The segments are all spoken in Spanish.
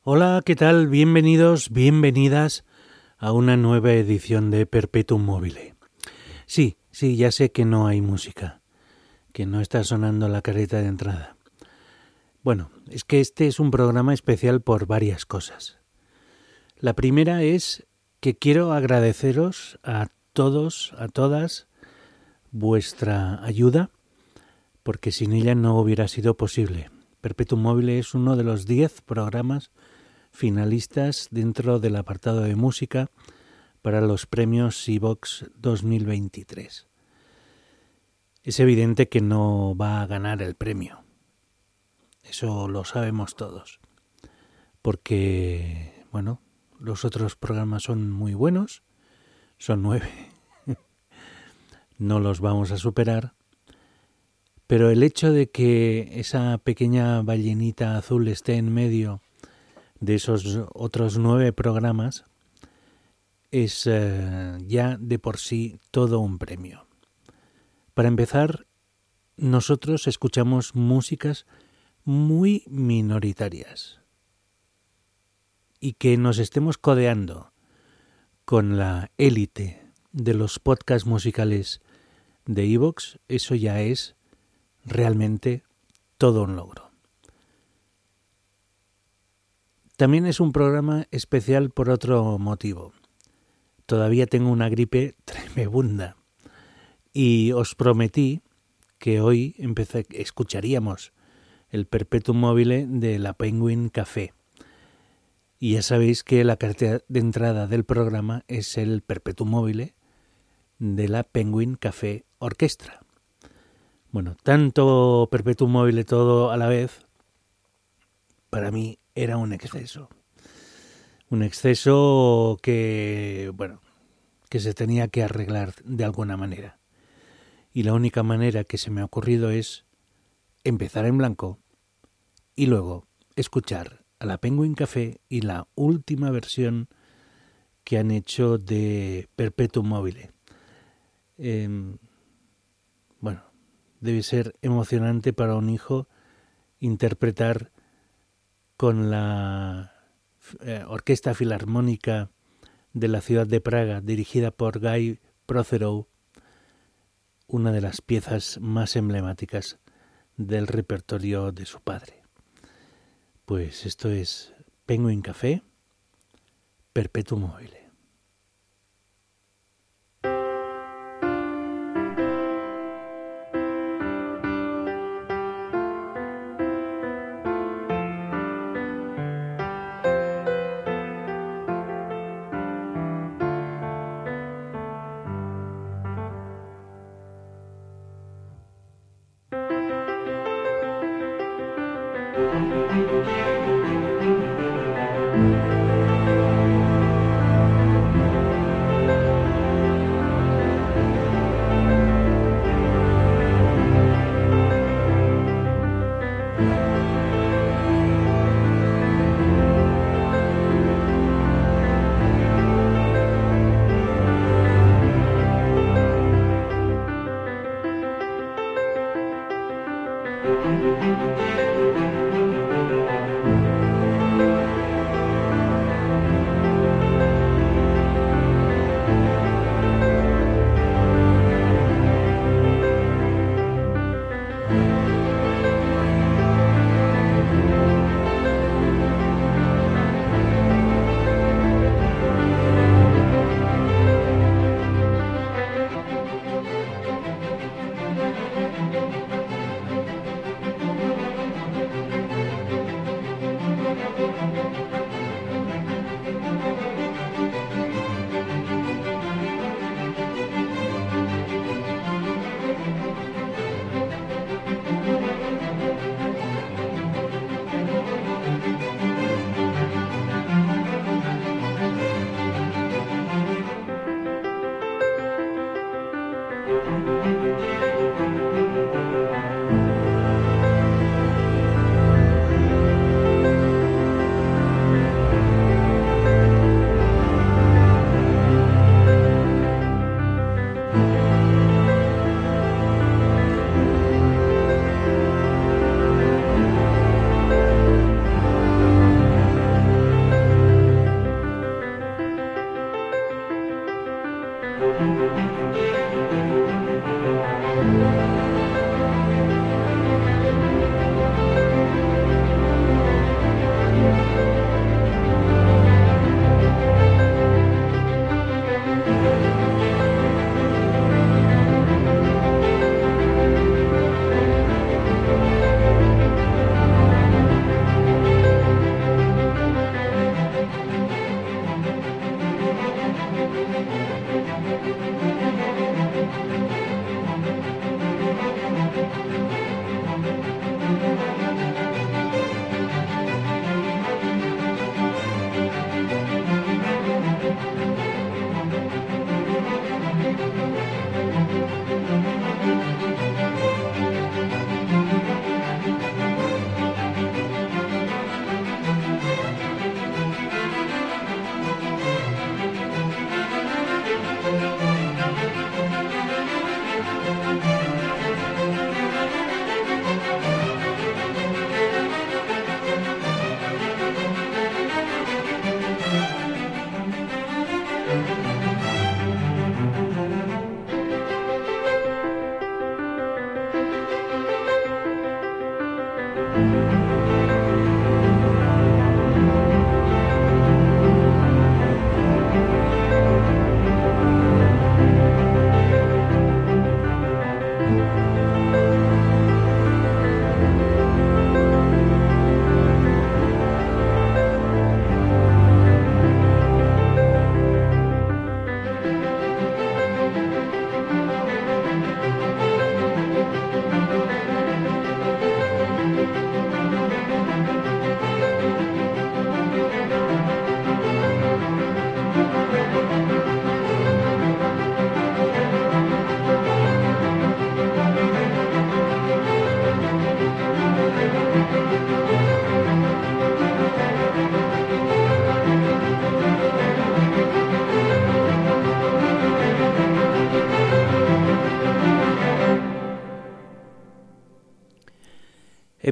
Hola, ¿qué tal? Bienvenidos, bienvenidas a una nueva edición de Perpetuum Mobile. Sí, ya sé que no hay música, que no está sonando la careta de entrada. Bueno, es que este es un programa especial por varias cosas. La primera es que quiero agradeceros a todos, a todas, vuestra ayuda, porque sin ella no hubiera sido posible. Perpetuum Mobile es uno de los 10 programas finalistas dentro del apartado de música para los premios iVoox 2023. Es evidente que no va a ganar el premio. Eso lo sabemos todos. Porque, bueno, los otros programas son muy buenos. Son 9. No los vamos a superar. Pero el hecho de que esa pequeña ballenita azul esté en medio de esos otros 9 programas es ya de por sí todo un premio. Para empezar, nosotros escuchamos músicas muy minoritarias. Y que nos estemos codeando con la élite de los podcasts musicales de iVoox, eso ya es realmente todo un logro. También es un programa especial por otro motivo. Todavía tengo una gripe tremenda y os prometí que hoy escucharíamos el Perpetuum Mobile de la Penguin Café. Y ya sabéis que la carta de entrada del programa es el Perpetuum Mobile de la Penguin Café Orquestra. Bueno, tanto Perpetuum Mobile todo a la vez, para mí era un exceso. Un exceso que, bueno, que se tenía que arreglar de alguna manera. Y la única manera que se me ha ocurrido es empezar en blanco y luego escuchar a la Penguin Café y la última versión que han hecho de Perpetuum Mobile. Bueno, debe ser emocionante para un hijo interpretar con la Orquesta Filarmónica de la ciudad de Praga, dirigida por Guy Protheroe, una de las piezas más emblemáticas del repertorio de su padre. Pues esto es Penguin Café, Perpetuum Mobile.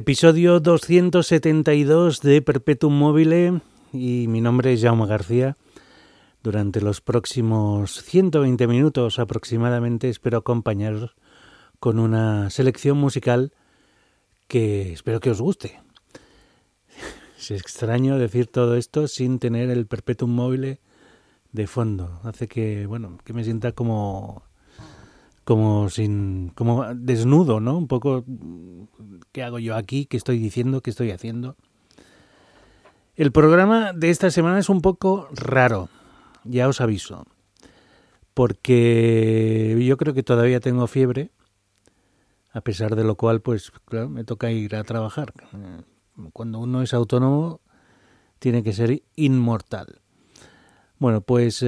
Episodio 272 de Perpetuum Mobile y mi nombre es Jaume García. Durante los próximos 120 minutos aproximadamente espero acompañaros con una selección musical que espero que os guste. Es extraño decir todo esto sin tener el Perpetuum Mobile de fondo. Hace que me sienta como desnudo, ¿no? Un poco, ¿qué hago yo aquí? ¿Qué estoy diciendo? ¿Qué estoy haciendo? El programa de esta semana es un poco raro, ya os aviso, porque yo creo que todavía tengo fiebre, a pesar de lo cual, pues claro, me toca ir a trabajar. Cuando uno es autónomo, tiene que ser inmortal. Bueno, pues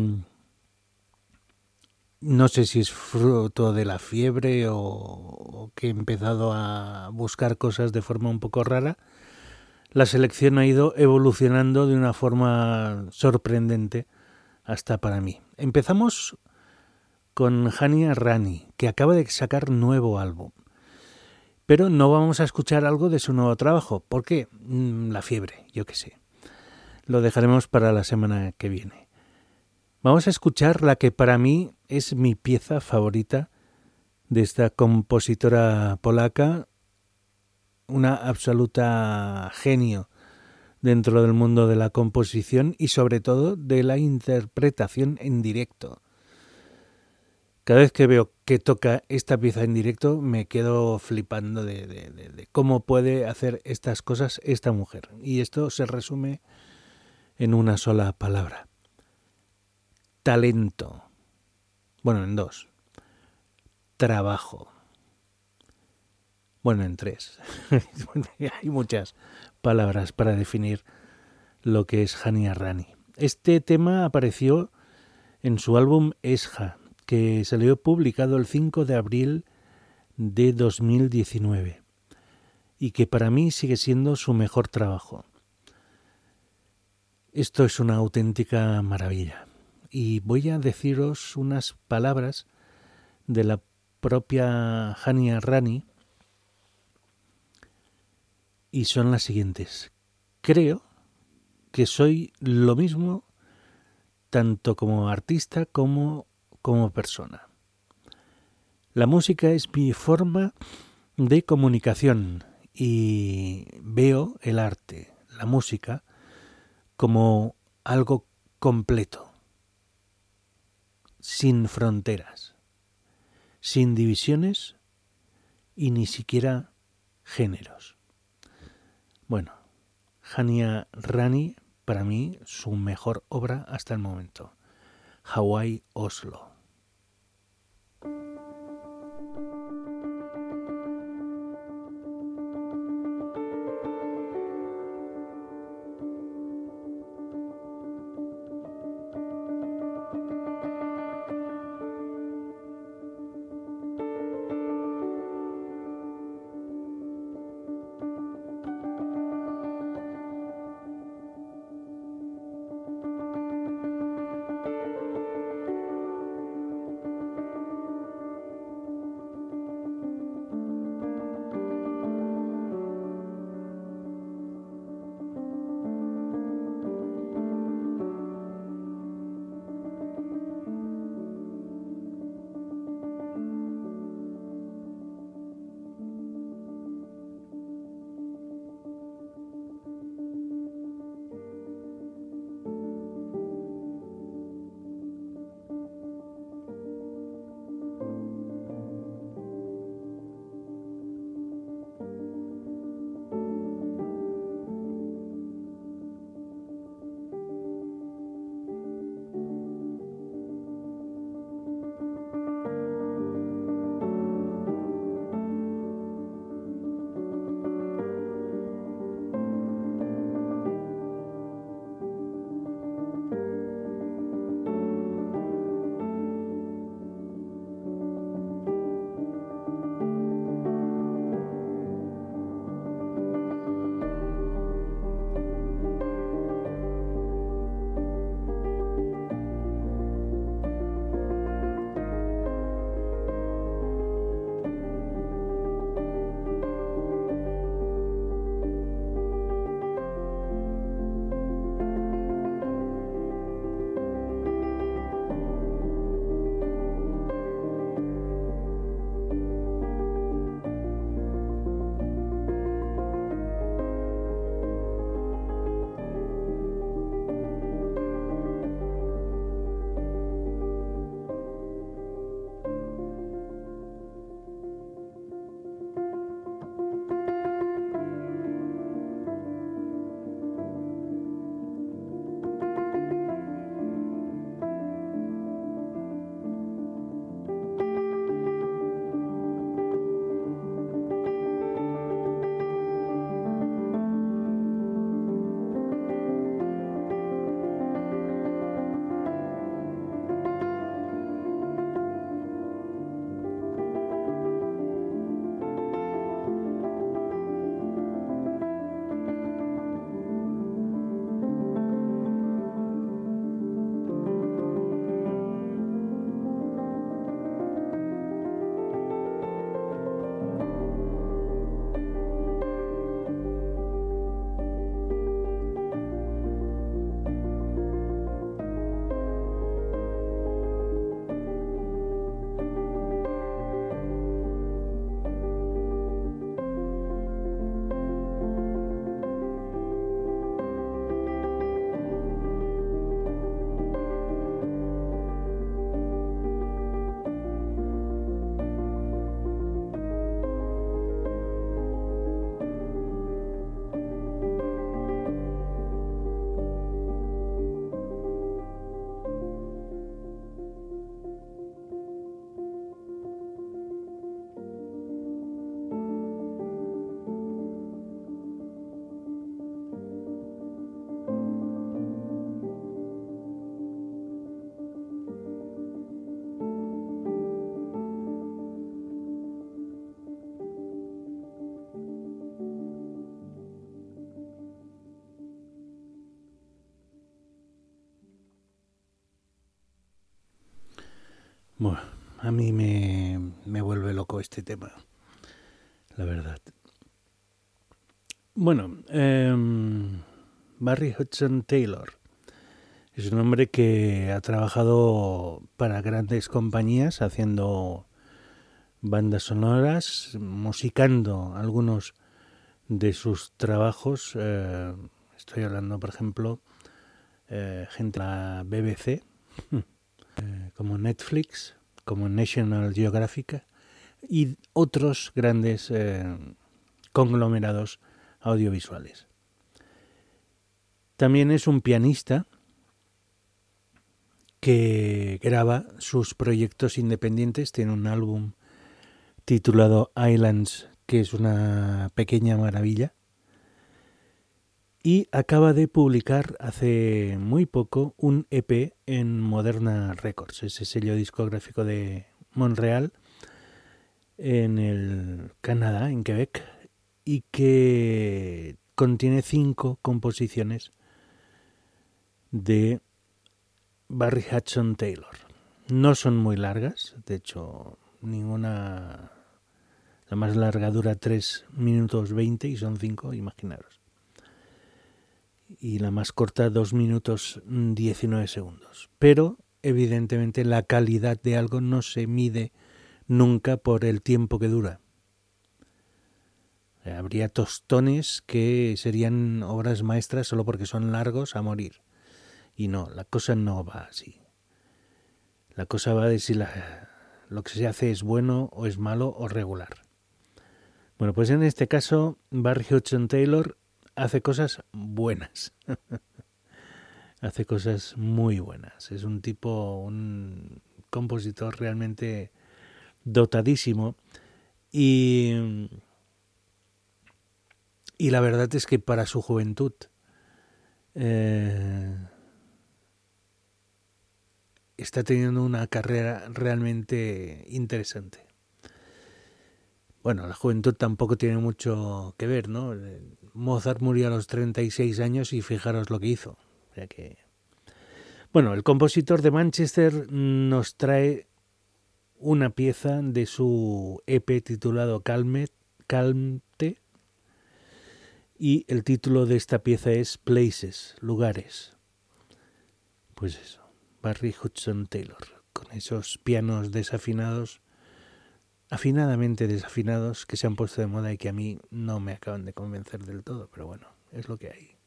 no sé si es fruto de la fiebre o que he empezado a buscar cosas de forma un poco rara. La selección ha ido evolucionando de una forma sorprendente hasta para mí. Empezamos con Hania Rani, que acaba de sacar nuevo álbum. Pero no vamos a escuchar algo de su nuevo trabajo. ¿Por qué? La fiebre, yo qué sé. Lo dejaremos para la semana que viene. Vamos a escuchar la que para mí es mi pieza favorita de esta compositora polaca, una absoluta genio dentro del mundo de la composición y sobre todo de la interpretación en directo. Cada vez que veo que toca esta pieza en directo me quedo flipando de cómo puede hacer estas cosas esta mujer. Y esto se resume en una sola palabra. Talento. Bueno, en dos. Trabajo. Bueno, en tres. Hay muchas palabras para definir lo que es Hania Rani. Este tema apareció en su álbum Esja, que salió publicado el 5 de abril de 2019 y que para mí sigue siendo su mejor trabajo. Esto es una auténtica maravilla y voy a deciros unas palabras de la propia Hania Rani y son las siguientes. Creo que soy lo mismo tanto como artista como persona. La música es mi forma de comunicación y veo el arte, la música, como algo completo, sin fronteras, sin divisiones y ni siquiera géneros. Bueno, Hania Rani, para mí, su mejor obra hasta el momento. Hawái, Oslo. Bueno, a mí me vuelve loco este tema, la verdad. Bueno, Barry Hudson Taylor es un hombre que ha trabajado para grandes compañías haciendo bandas sonoras, musicando algunos de sus trabajos. Estoy hablando, por ejemplo, gente de la BBC, como Netflix, como National Geographic y otros grandes conglomerados audiovisuales. También es un pianista que graba sus proyectos independientes. Tiene un álbum titulado Islands, que es una pequeña maravilla. Y acaba de publicar hace muy poco un EP en Moderna Records, ese sello discográfico de Montreal, en el Canadá, en Quebec, y que contiene 5 composiciones de Barry Hudson Taylor. No son muy largas, de hecho, ninguna. La más larga dura 3 minutos 20 y son 5, imaginaros. Y la más corta 2 minutos 19 segundos. Pero, evidentemente, la calidad de algo no se mide nunca por el tiempo que dura. Habría tostones que serían obras maestras solo porque son largos a morir. Y no, la cosa no va así. La cosa va de si lo que se hace es bueno o es malo o regular. Bueno, pues en este caso, Barry Hudson Taylor hace cosas buenas. Hace cosas muy buenas. Es un compositor realmente dotadísimo. Y la verdad es que para su juventud está teniendo una carrera realmente interesante. Bueno, la juventud tampoco tiene mucho que ver, ¿no? Mozart murió a los 36 años y fijaros lo que hizo. O sea que... Bueno, el compositor de Manchester nos trae una pieza de su EP titulado Calmte, y el título de esta pieza es Places, lugares. Pues eso, Barry Hudson Taylor, con esos pianos desafinados, afinadamente desafinados, que se han puesto de moda y que a mí no me acaban de convencer del todo, pero bueno, es lo que hay.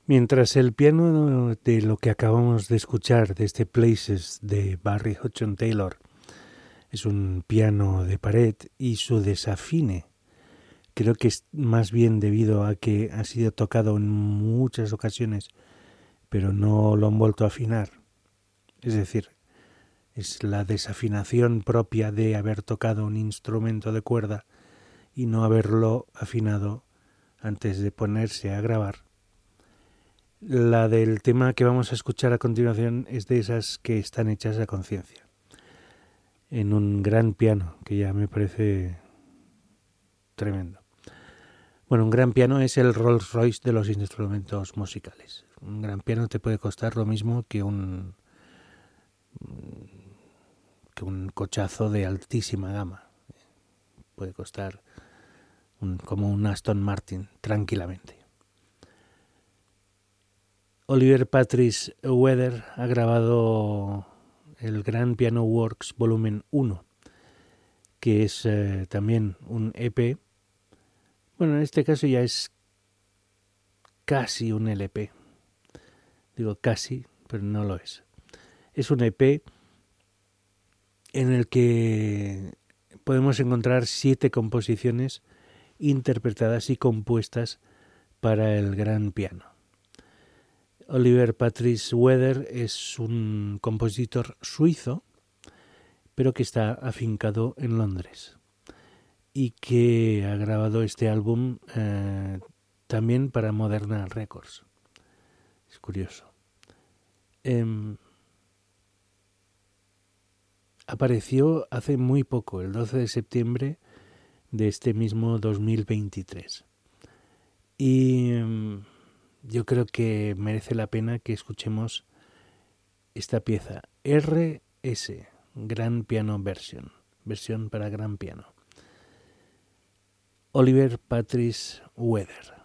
Mientras el piano de lo que acabamos de escuchar, de este Places de Barry Hudson Taylor, es un piano de pared y su desafine creo que es más bien debido a que ha sido tocado en muchas ocasiones, pero no lo han vuelto a afinar. Es decir, es la desafinación propia de haber tocado un instrumento de cuerda y no haberlo afinado antes de ponerse a grabar. La del tema que vamos a escuchar a continuación es de esas que están hechas a conciencia, en un gran piano, que ya me parece tremendo. Bueno, un gran piano es el Rolls Royce de los instrumentos musicales. Un gran piano te puede costar lo mismo que un cochazo de altísima gama. Puede costar como un Aston Martin, tranquilamente. Oliver Patrice Weather ha grabado el Grand Piano Works Volumen 1, que es también un EP. Bueno, en este caso ya es casi un LP. Digo casi, pero no lo es. Es un EP en el que podemos encontrar 7 composiciones interpretadas y compuestas para el gran piano. Oliver Patrice Weather es un compositor suizo, pero que está afincado en Londres y que ha grabado este álbum también para Moderna Records. Es curioso. Apareció hace muy poco, el 12 de septiembre de este mismo 2023. Y yo creo que merece la pena que escuchemos esta pieza, RS, Grand Piano Version, versión para gran piano. Oliver Patrice Weather.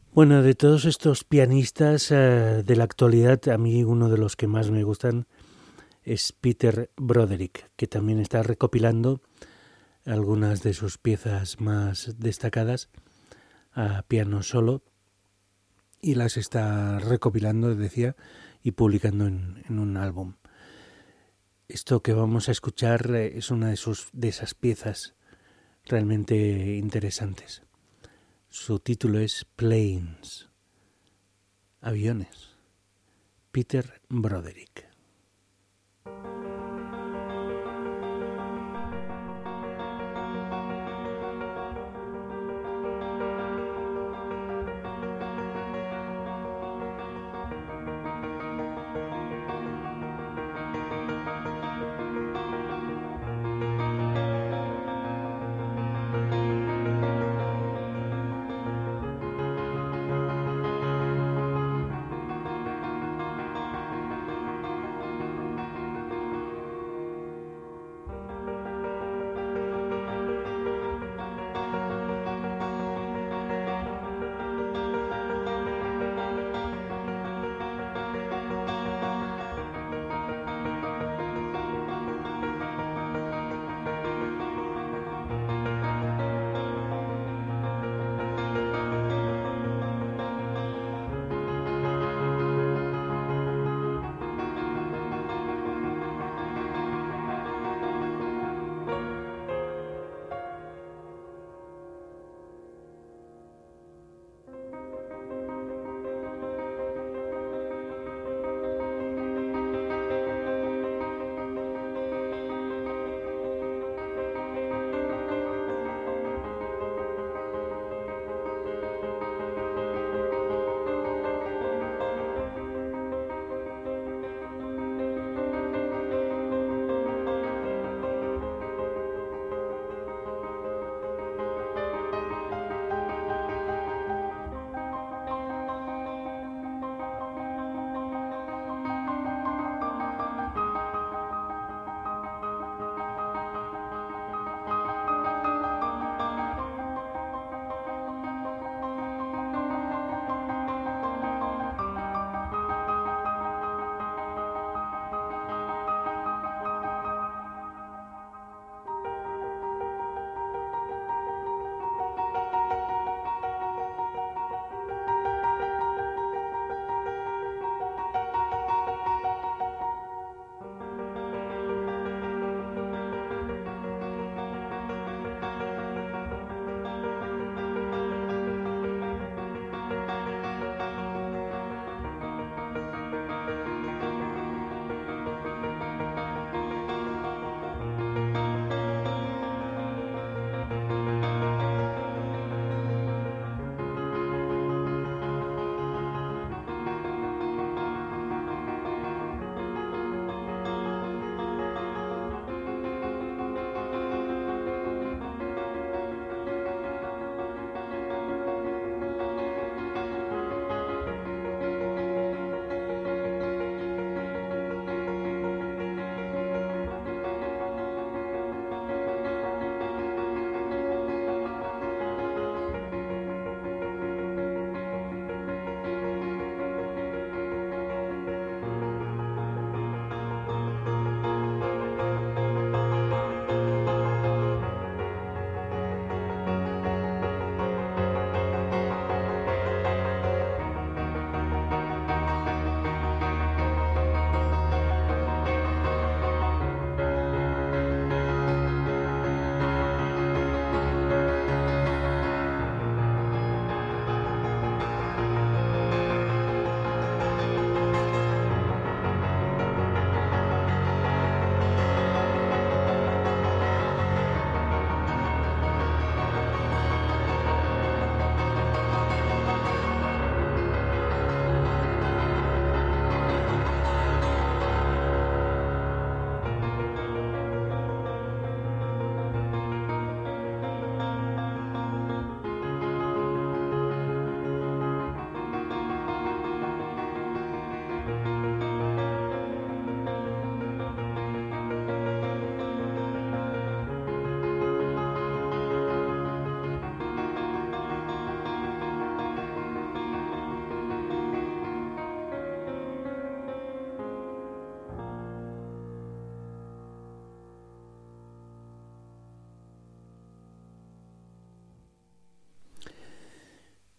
Bueno, de todos estos pianistas de la actualidad, a mí uno de los que más me gustan es Peter Broderick, que también está recopilando algunas de sus piezas más destacadas a piano solo y las está recopilando, decía, y publicando en un álbum. Esto que vamos a escuchar es una de esas piezas realmente interesantes. Su título es Planes, aviones. Peter Broderick.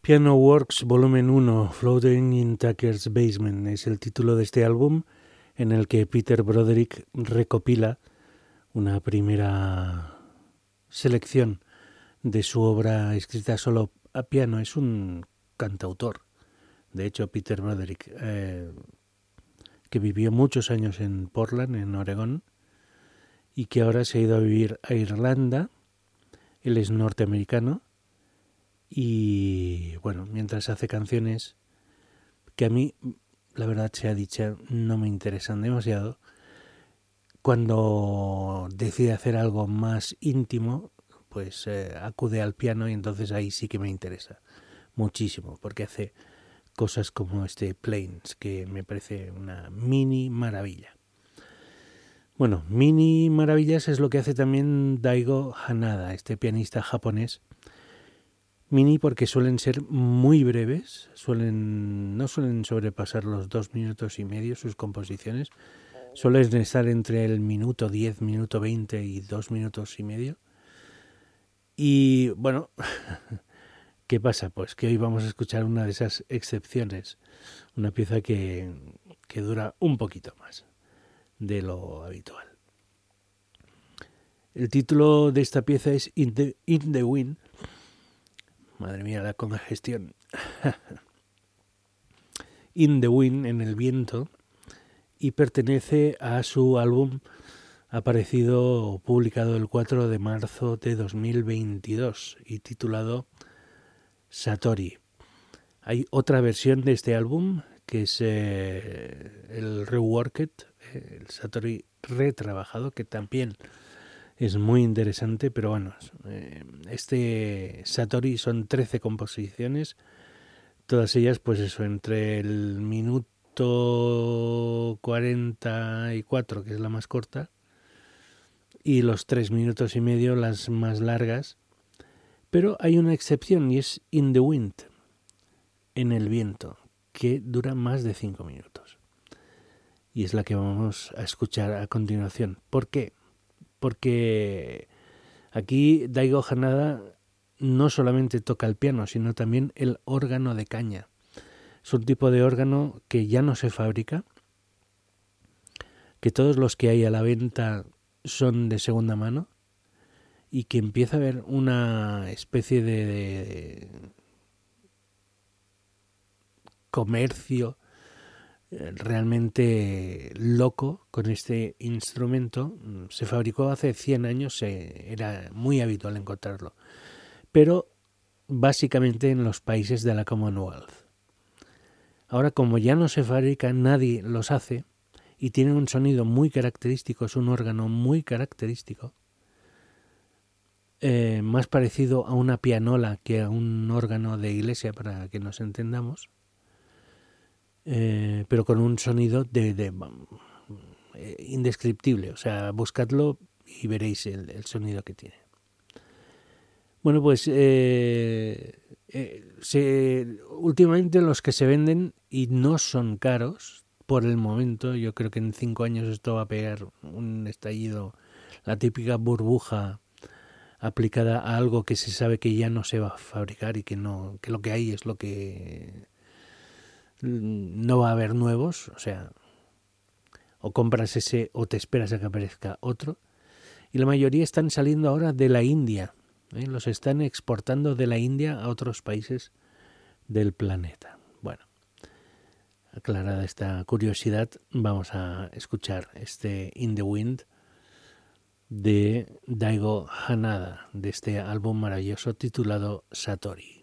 Piano Works Volumen 1, Floating in Tucker's Basement, es el título de este álbum en el que Peter Broderick recopila una primera selección de su obra escrita solo a piano. Es un cantautor, de hecho, Peter Broderick, que vivió muchos años en Portland, en Oregón, y que ahora se ha ido a vivir a Irlanda. Él es norteamericano y, bueno, mientras hace canciones que a mí, la verdad sea dicha, no me interesan demasiado, cuando decide hacer algo más íntimo, pues acude al piano y entonces ahí sí que me interesa muchísimo, porque hace cosas como este Plains, que me parece una mini maravilla. Bueno, mini maravillas es lo que hace también Daigo Hanada, este pianista japonés. Mini porque suelen ser muy breves, no suelen sobrepasar los 2 minutos y medio sus composiciones, suelen estar entre el minuto 10, minuto 20 y 2 minutos y medio. Y bueno, ¿qué pasa? Pues que hoy vamos a escuchar una de esas excepciones, una pieza que dura un poquito más de lo habitual. El título de esta pieza es In the Wind. Madre mía, la congestión. In the Wind, en el viento, y pertenece a su álbum aparecido o publicado el 4 de marzo de 2022 y titulado Satori. Hay otra versión de este álbum que es el Reworked, el Satori retrabajado, que también es muy interesante, pero bueno, este Satori son 13 composiciones, todas ellas pues eso, entre el minuto 44, que es la más corta, y los 3 minutos y medio, las más largas. Pero hay una excepción y es In the Wind, en el viento, que dura más de 5 minutos. Y es la que vamos a escuchar a continuación. ¿Por qué? Porque aquí Daigo Hanada no solamente toca el piano, sino también el órgano de caña. Es un tipo de órgano que ya no se fabrica, que todos los que hay a la venta son de segunda mano y que empieza a haber una especie de comercio realmente loco con este instrumento. Se fabricó hace 100 años, era muy habitual encontrarlo, pero básicamente en los países de la Commonwealth. Ahora, como ya no se fabrica, nadie los hace y tienen un sonido muy característico, es un órgano muy característico, más parecido a una pianola que a un órgano de iglesia, para que nos entendamos, pero con un sonido indescriptible. O sea, buscadlo y veréis el sonido que tiene. Bueno, pues últimamente los que se venden y no son caros, por el momento, yo creo que en 5 años esto va a pegar un estallido, la típica burbuja aplicada a algo que se sabe que ya no se va a fabricar y que lo que hay es lo que no va a haber nuevos, o sea, o compras ese o te esperas a que aparezca otro. Y la mayoría están saliendo ahora de la India, los están exportando de la India a otros países del planeta. Bueno, aclarada esta curiosidad, vamos a escuchar este In the Wind de Daigo Hanada, de este álbum maravilloso titulado Satori.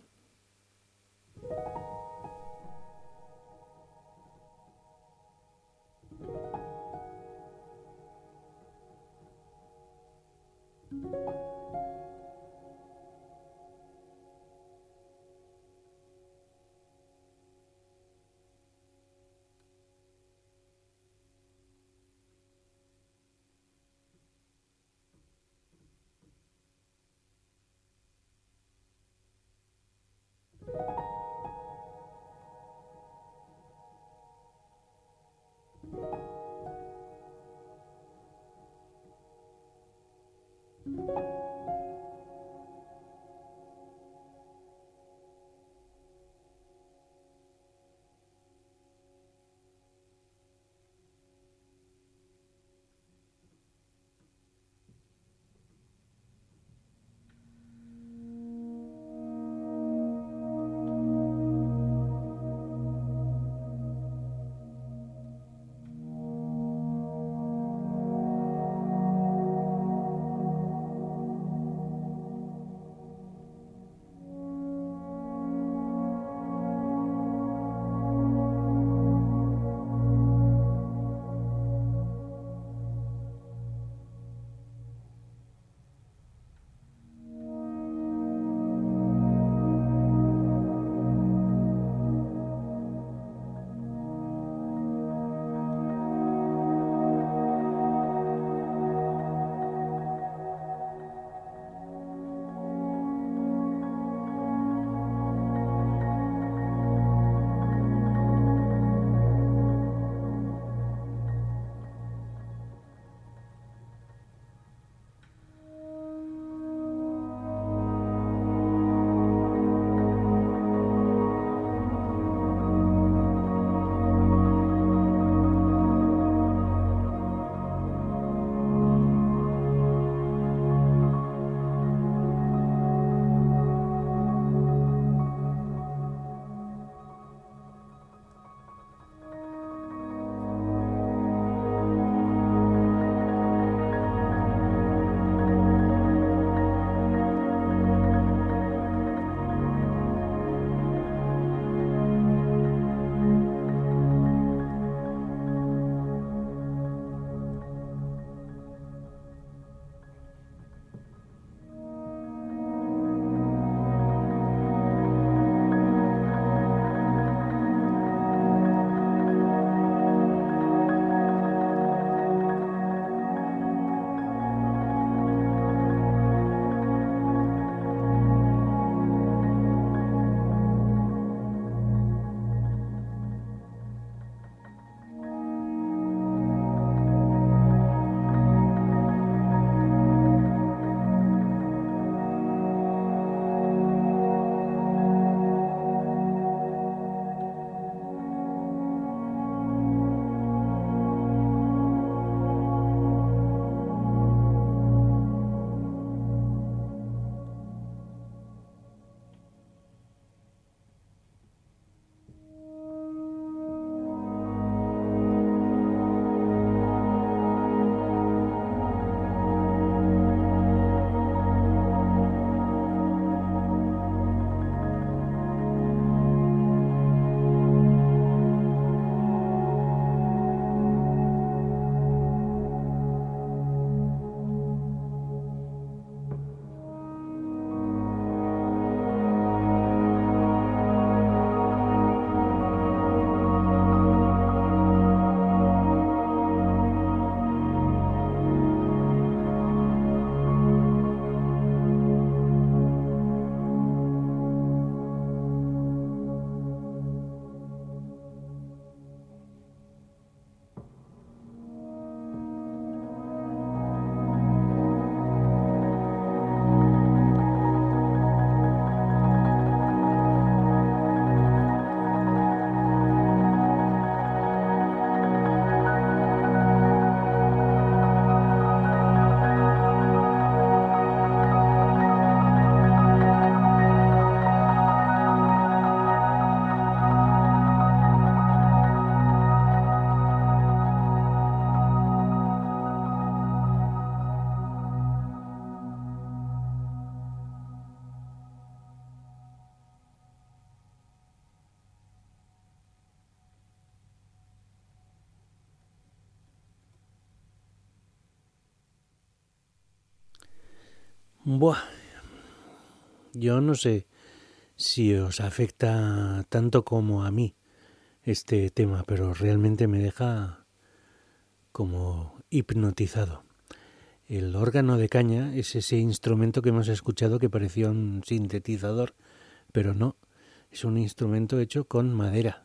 Buah, yo no sé si os afecta tanto como a mí este tema, pero realmente me deja como hipnotizado. El órgano de caña es ese instrumento que hemos escuchado que parecía un sintetizador, pero no, es un instrumento hecho con madera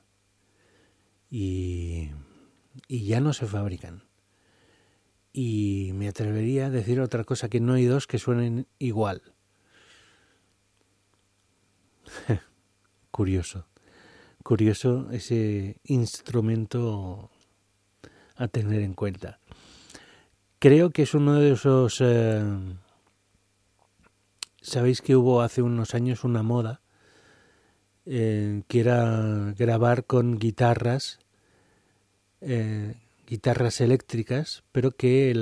y ya no se fabrican. Y me atrevería a decir otra cosa, que no hay dos que suenen igual. Curioso ese instrumento a tener en cuenta. Creo que es uno de esos... Sabéis que hubo hace unos años una moda que era grabar con guitarras eléctricas, pero que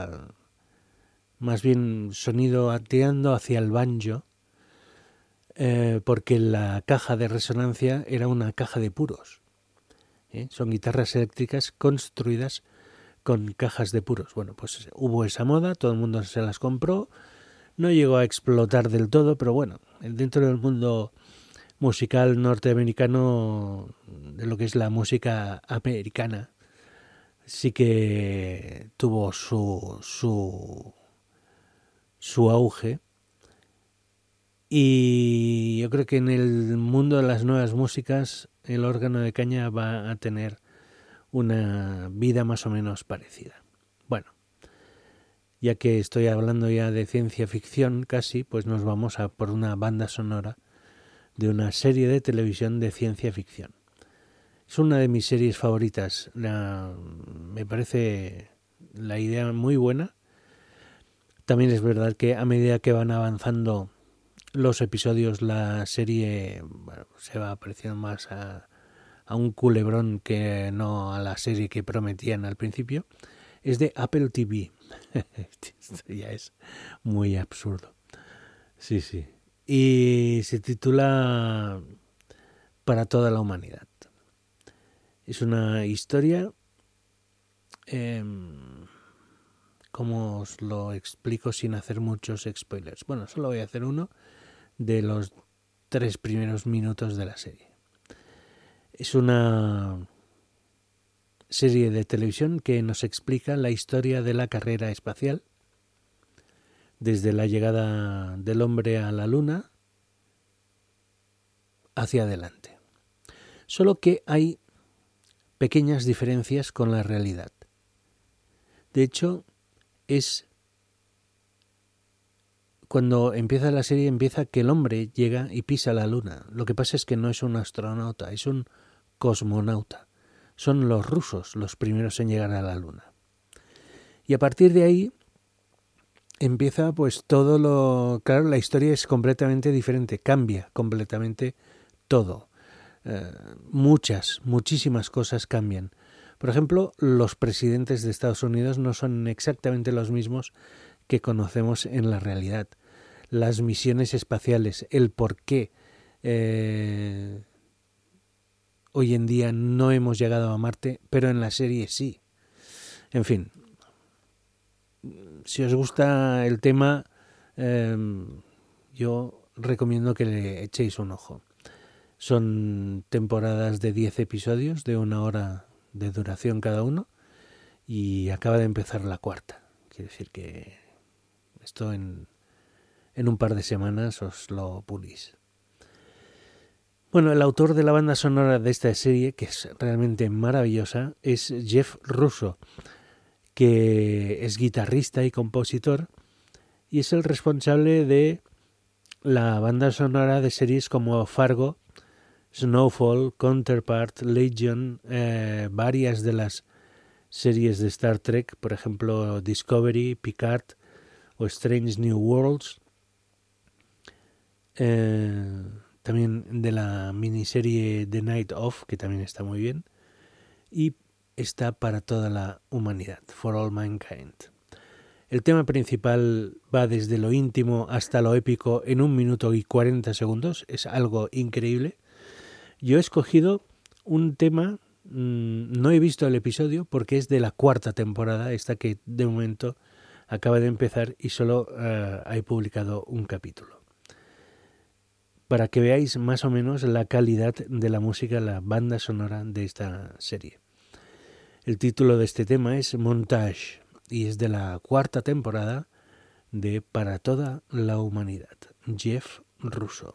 más bien sonido tirando hacia el banjo, porque la caja de resonancia era una caja de puros. Son guitarras eléctricas construidas con cajas de puros. Bueno, pues hubo esa moda, todo el mundo se las compró, no llegó a explotar del todo, pero bueno, dentro del mundo musical norteamericano, de lo que es la música americana, sí que tuvo su auge. Y yo creo que en el mundo de las nuevas músicas el órgano de caña va a tener una vida más o menos parecida. Bueno, ya que estoy hablando ya de ciencia ficción casi, pues nos vamos a por una banda sonora de una serie de televisión de ciencia ficción. Es una de mis series favoritas. Me parece la idea muy buena. También es verdad que a medida que van avanzando los episodios, la serie se va pareciendo más a un culebrón que no a la serie que prometían al principio. Es de Apple TV. Esto ya es muy absurdo. Sí, sí. Y se titula Para toda la humanidad. Es una historia, ¿cómo os lo explico sin hacer muchos spoilers? Bueno, solo voy a hacer uno de los 3 primeros minutos de la serie. Es una serie de televisión que nos explica la historia de la carrera espacial, desde la llegada del hombre a la Luna hacia adelante. Solo que hay pequeñas diferencias con la realidad. De hecho, cuando empieza la serie, empieza que el hombre llega y pisa la Luna. Lo que pasa es que no es un astronauta, es un cosmonauta. Son los rusos los primeros en llegar a la Luna. Y a partir de ahí empieza pues todo lo... Claro, la historia es completamente diferente, cambia completamente todo. Muchísimas cosas cambian. Por ejemplo, los presidentes de Estados Unidos no son exactamente los mismos que conocemos en la realidad. Las misiones espaciales, el por qué hoy en día no hemos llegado a Marte, pero en la serie sí. En fin, si os gusta el tema, yo recomiendo que le echéis un ojo. Son temporadas de 10 episodios, de 1 hora de duración cada uno, y acaba de empezar la 4ª. Quiere decir que esto en un par de semanas os lo pulís. Bueno, el autor de la banda sonora de esta serie, que es realmente maravillosa, es Jeff Russo, que es guitarrista y compositor, y es el responsable de la banda sonora de series como Fargo, Snowfall, Counterpart, Legion, varias de las series de Star Trek, por ejemplo Discovery, Picard o Strange New Worlds, también de la miniserie The Night Of, que también está muy bien, y está Para toda la humanidad, For All Mankind. El tema principal va desde lo íntimo hasta lo épico en 1 minuto y 40 segundos, es algo increíble. Yo he escogido un tema, no he visto el episodio porque es de la 4ª temporada, esta que de momento acaba de empezar y solo he publicado un capítulo. Para que veáis más o menos la calidad de la música, la banda sonora de esta serie. El título de este tema es Montage y es de la 4ª temporada de Para toda la humanidad, Jeff Russo.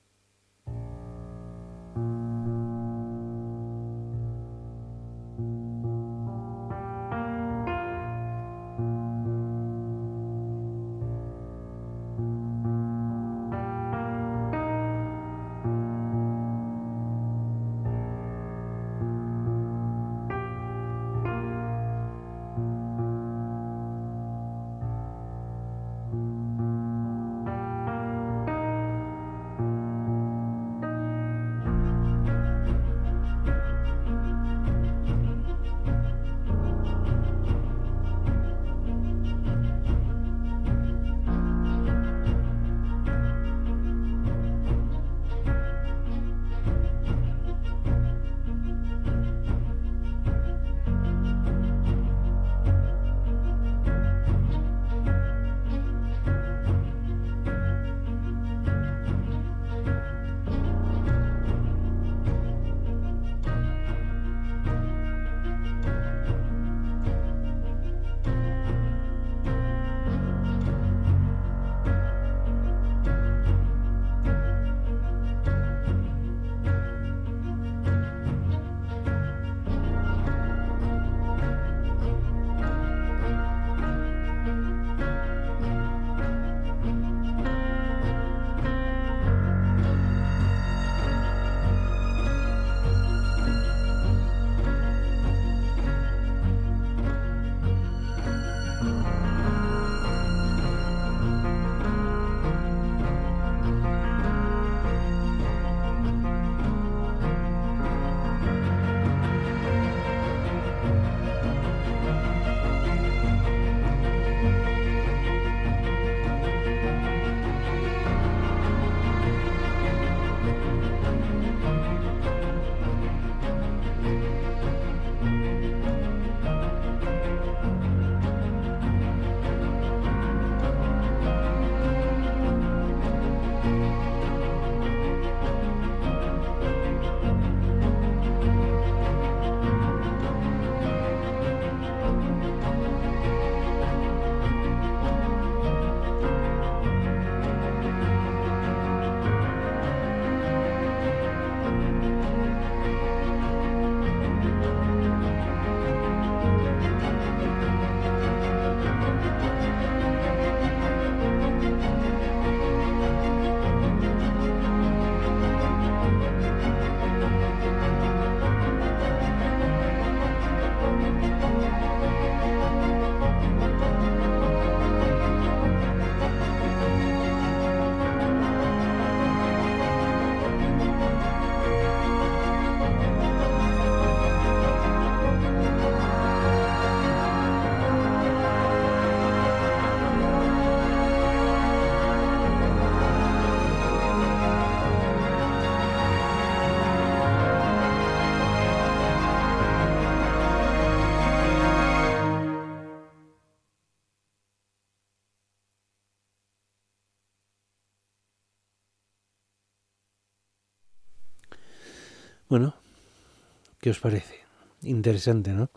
Bueno, ¿qué os parece? Interesante, ¿no?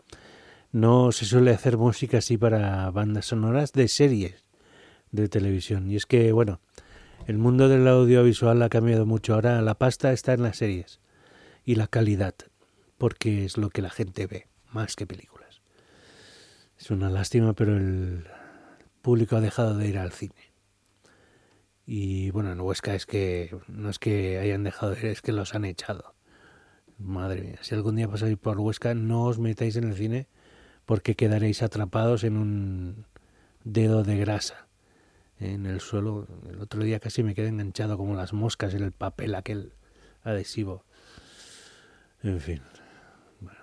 No se suele hacer música así para bandas sonoras de series de televisión. Y es que, bueno, el mundo del audiovisual ha cambiado mucho. Ahora la pasta está en las series y la calidad, porque es lo que la gente ve, más que películas. Es una lástima, pero el público ha dejado de ir al cine. Y bueno, en Huesca es que no es que hayan dejado de ir, es que los han echado. Madre mía, si algún día pasáis por Huesca, no os metáis en el cine porque quedaréis atrapados en un dedo de grasa en el suelo. El otro día casi me quedé enganchado como las moscas en el papel aquel adhesivo. En fin. Bueno.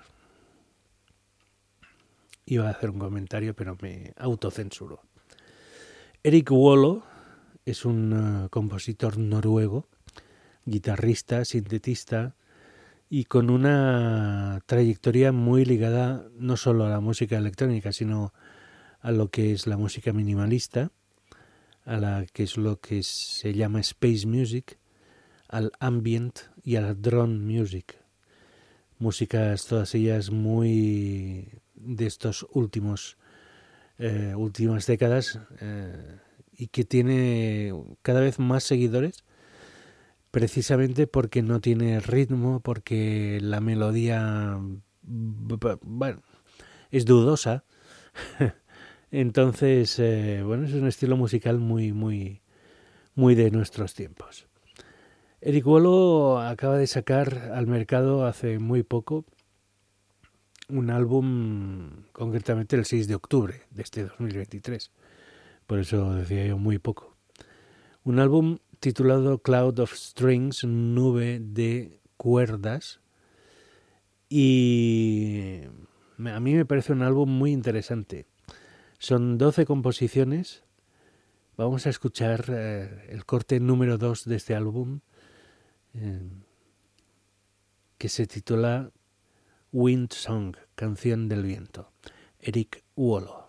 Iba a hacer un comentario, pero me autocensuro. Erik Wålo es un compositor noruego, guitarrista, sintetista, y con una trayectoria muy ligada no solo a la música electrónica, sino a lo que es la música minimalista, a la que es lo que se llama space music, al ambient y al drone music. Músicas todas ellas muy de estos últimas décadas y que tiene cada vez más seguidores precisamente porque no tiene ritmo, porque la melodía, bueno, es dudosa. Entonces, bueno, es un estilo musical muy de nuestros tiempos. Eric Wolo acaba de sacar al mercado hace muy poco un álbum, concretamente el 6 de octubre de este 2023. Por eso decía yo muy poco. Un álbum titulado Cloud of Strings, nube de cuerdas. Y a mí me parece un álbum muy interesante. Son 12 composiciones. Vamos a escuchar el corte número 2 de este álbum, que se titula Wind Song, canción del viento. Eric Wolo.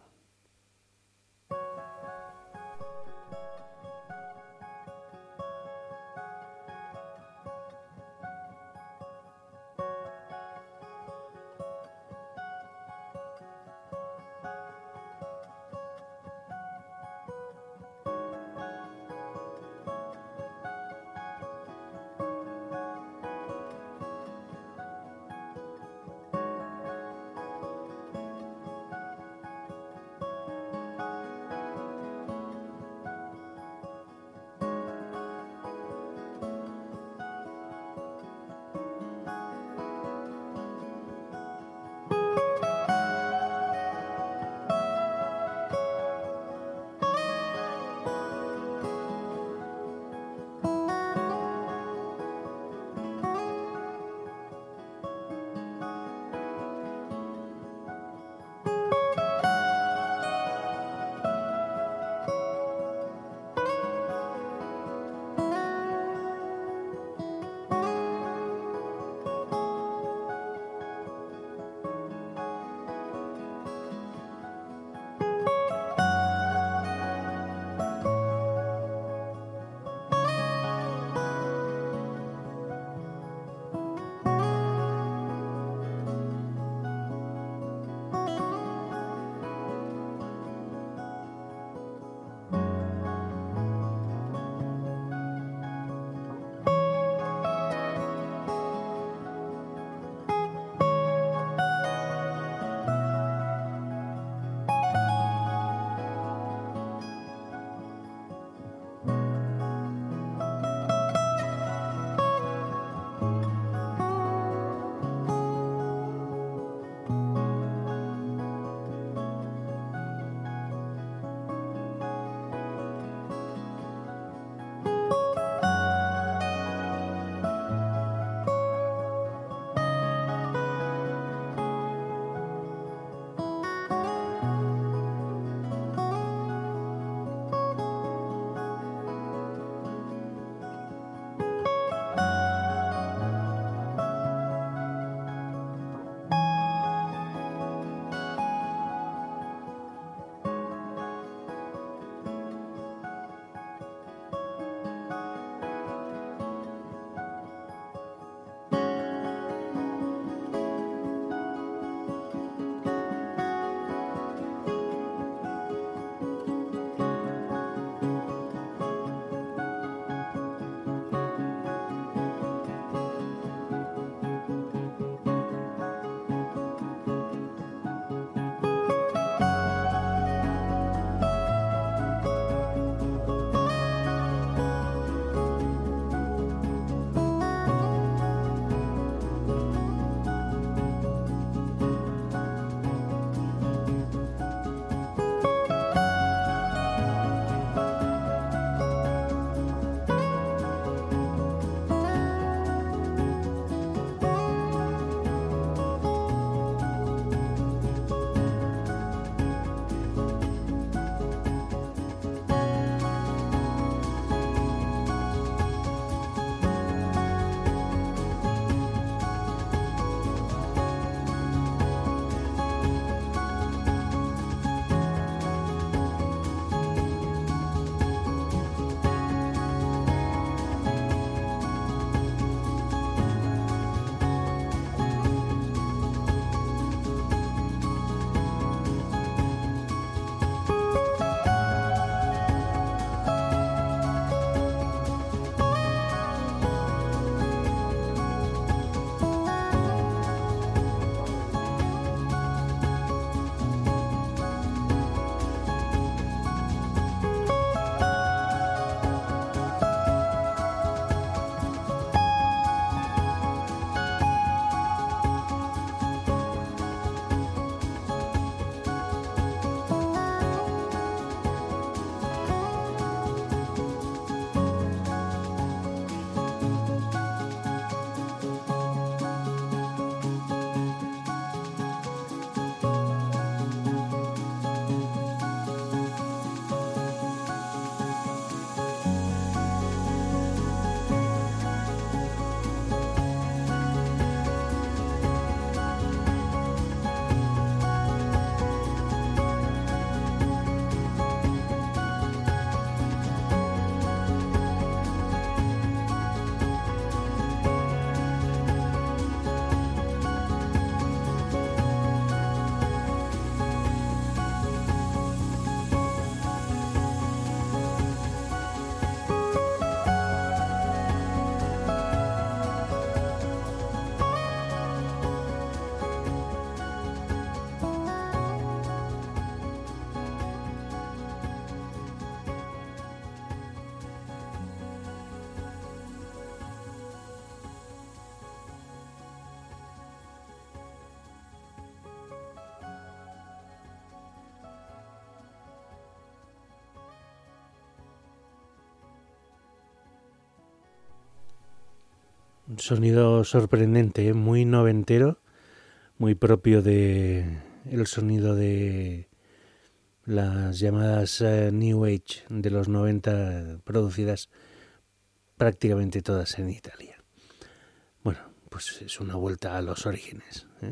Un sonido sorprendente, muy noventero, muy propio de el sonido de las llamadas New Age de los 90, producidas prácticamente todas en Italia. Bueno, pues es una vuelta a los orígenes, ¿eh?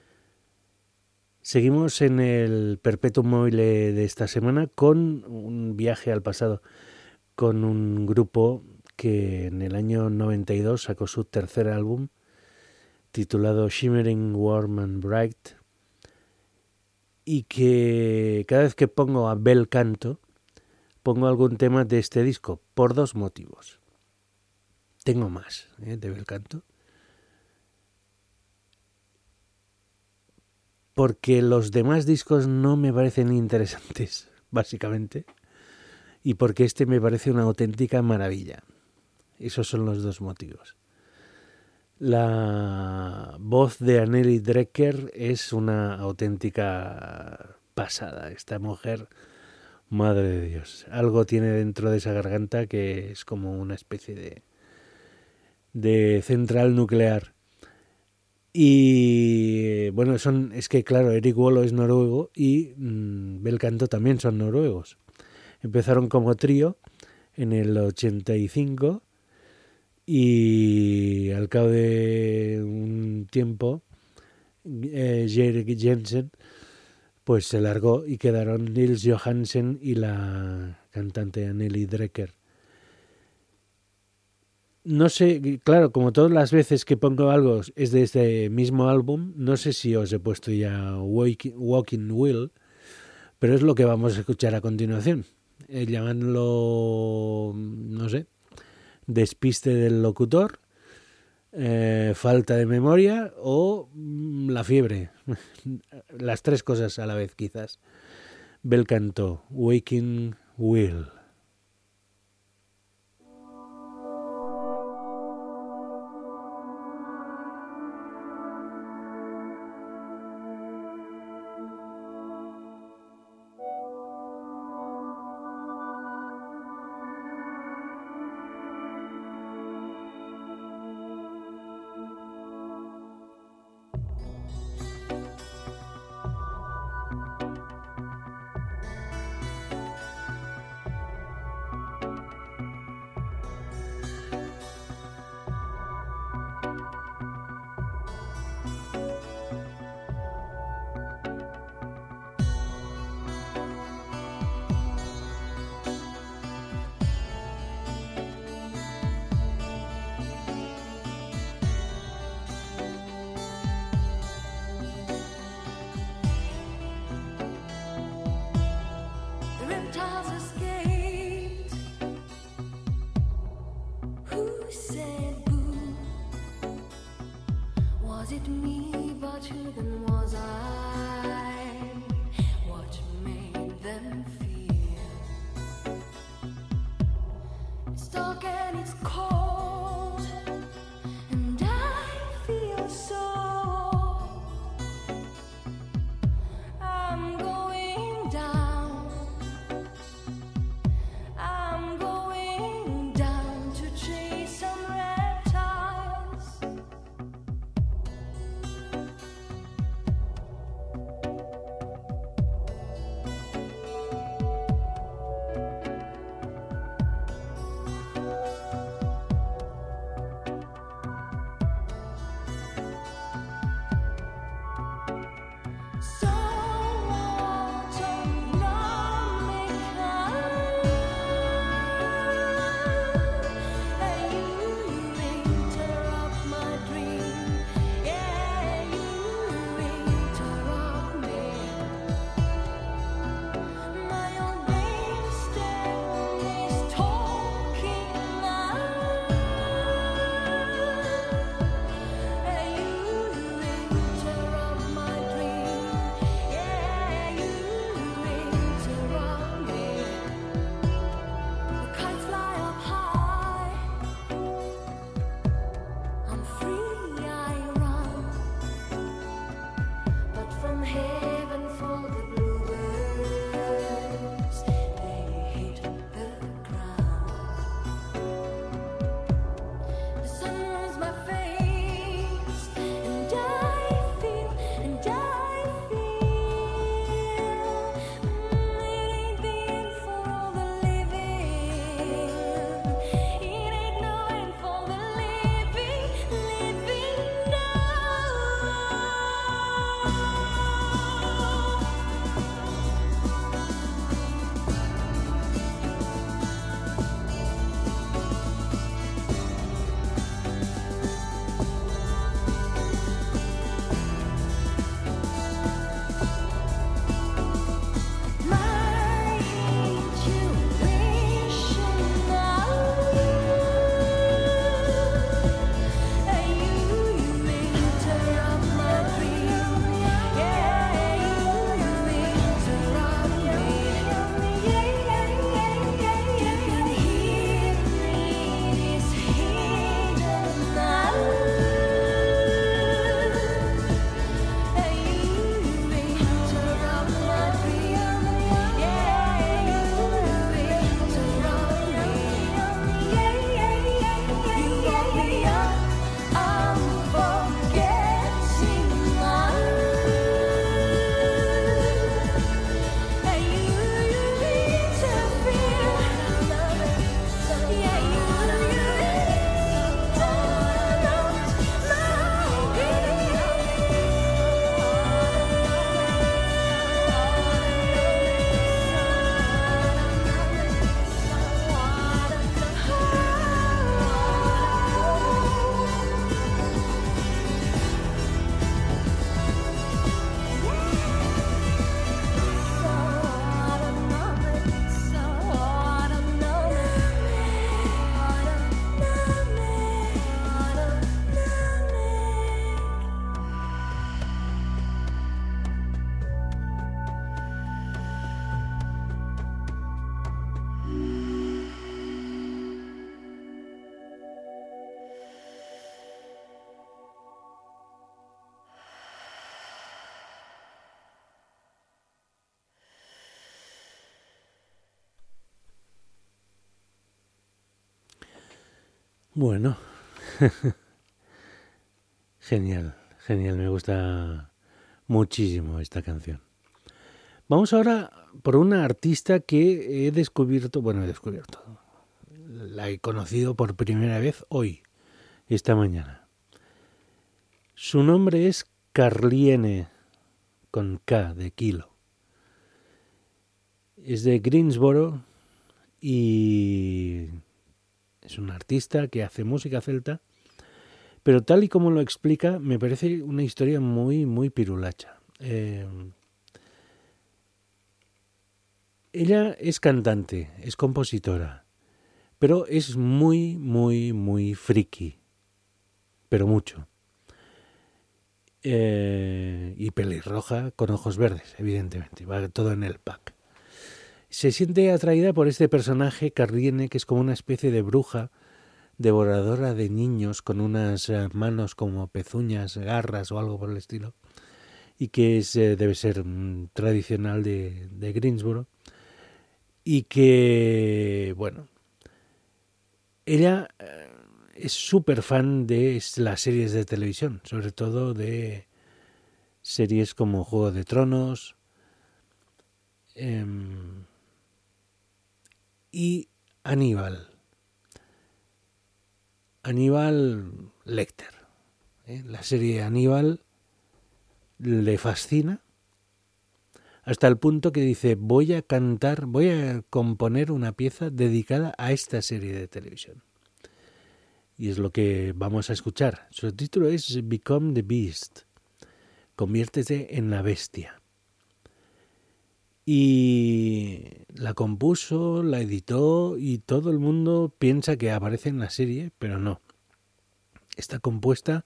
Seguimos en el Perpetuum Mobile de esta semana con un viaje al pasado, con un grupo que en el año 92 sacó su tercer álbum titulado Shimmering Warm and Bright, y que cada vez que pongo a Bel Canto pongo algún tema de este disco por dos motivos. Tengo más de Bel Canto, porque los demás discos no me parecen interesantes, básicamente, y porque este me parece una auténtica maravilla. Esos son los dos motivos. La voz de Anneli Drecker es una auténtica pasada. Esta mujer, madre de Dios, algo tiene dentro de esa garganta que es como una especie de central nuclear. Y bueno, es que claro, Erik Wolo es noruego y Bel Canto también son noruegos. Empezaron como trío en el 85 y al cabo de un tiempo Erik Jensen pues se largó y quedaron Nils Johansen y la cantante Anneli Drecker. No sé, claro, como todas las veces que pongo algo es de este mismo álbum, no sé si os he puesto ya Walking Will, pero es lo que vamos a escuchar a continuación. Llamándolo, no sé, despiste del locutor, falta de memoria o la fiebre. Las tres cosas a la vez, quizás. Bel Canto, Waking Will. Bueno, genial, me gusta muchísimo esta canción. Vamos ahora por una artista que he descubierto, la he conocido por primera vez hoy, esta mañana. Su nombre es Carliene, con K de kilo. Es de Greensboro y es un artista que hace música celta, pero tal y como lo explica, me parece una historia muy, muy pirulacha. Ella es cantante, es compositora, pero es muy, muy, muy friki, pero mucho. Y pelirroja con ojos verdes, evidentemente, va todo en el pack. Se siente atraída por este personaje Carliene, que es como una especie de bruja devoradora de niños con unas manos como pezuñas, garras o algo por el estilo, y que debe ser tradicional de Greensboro, y que, bueno, ella es súper fan de las series de televisión, sobre todo de series como Juego de Tronos, y Aníbal Lecter. La serie Aníbal le fascina hasta el punto que dice, voy a componer una pieza dedicada a esta serie de televisión. Y es lo que vamos a escuchar. Su título es Become the Beast, conviértete en la bestia. Y la compuso, la editó y todo el mundo piensa que aparece en la serie, pero no. Está compuesta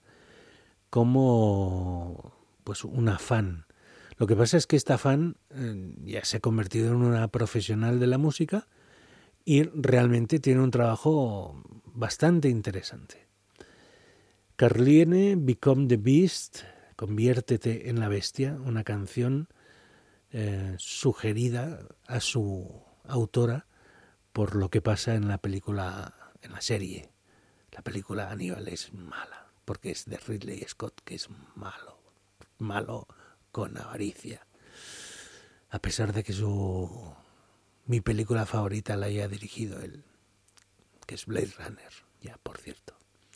como pues una fan. Lo que pasa es que esta fan ya se ha convertido en una profesional de la música y realmente tiene un trabajo bastante interesante. Carliene, Become the Beast, conviértete en la bestia, una canción sugerida a su autora por lo que pasa en la película, en la serie. La película Aníbal es mala, porque es de Ridley Scott, que es malo con avaricia. A pesar de que mi película favorita la haya dirigido él, que es Blade Runner, ya por cierto.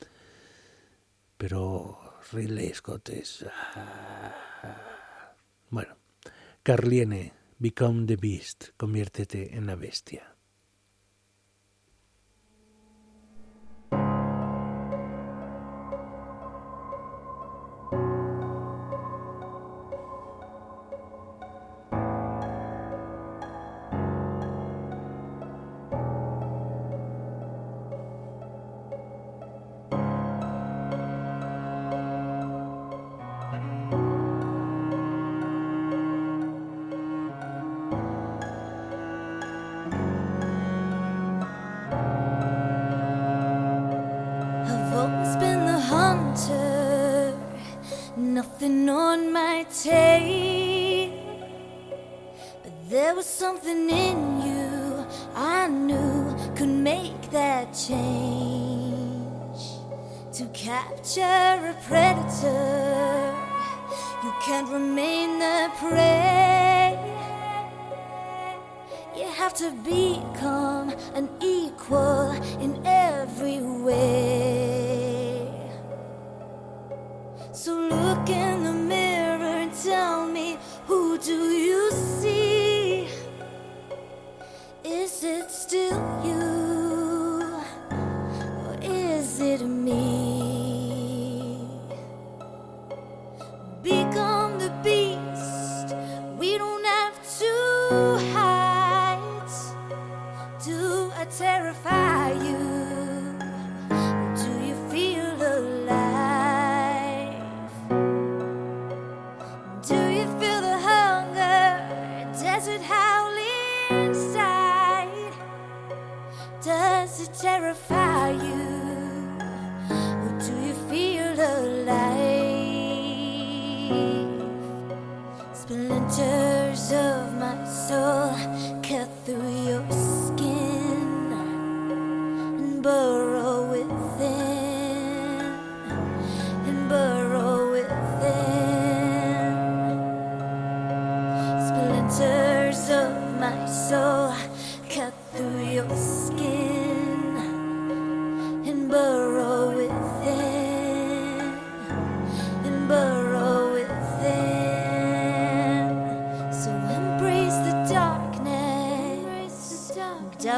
Pero Ridley Scott es... Bueno, Carliene, Become the Beast, conviértete en la bestia. Nothing on my tail, but there was something in you I knew could make that change. To capture a predator, you can't remain the prey. You have to become an equal in every way. So look in the mirror and tell me, who do you see? Is it still you, or is it me? Become the beast, we don't have to hide. Do I terrify you, or do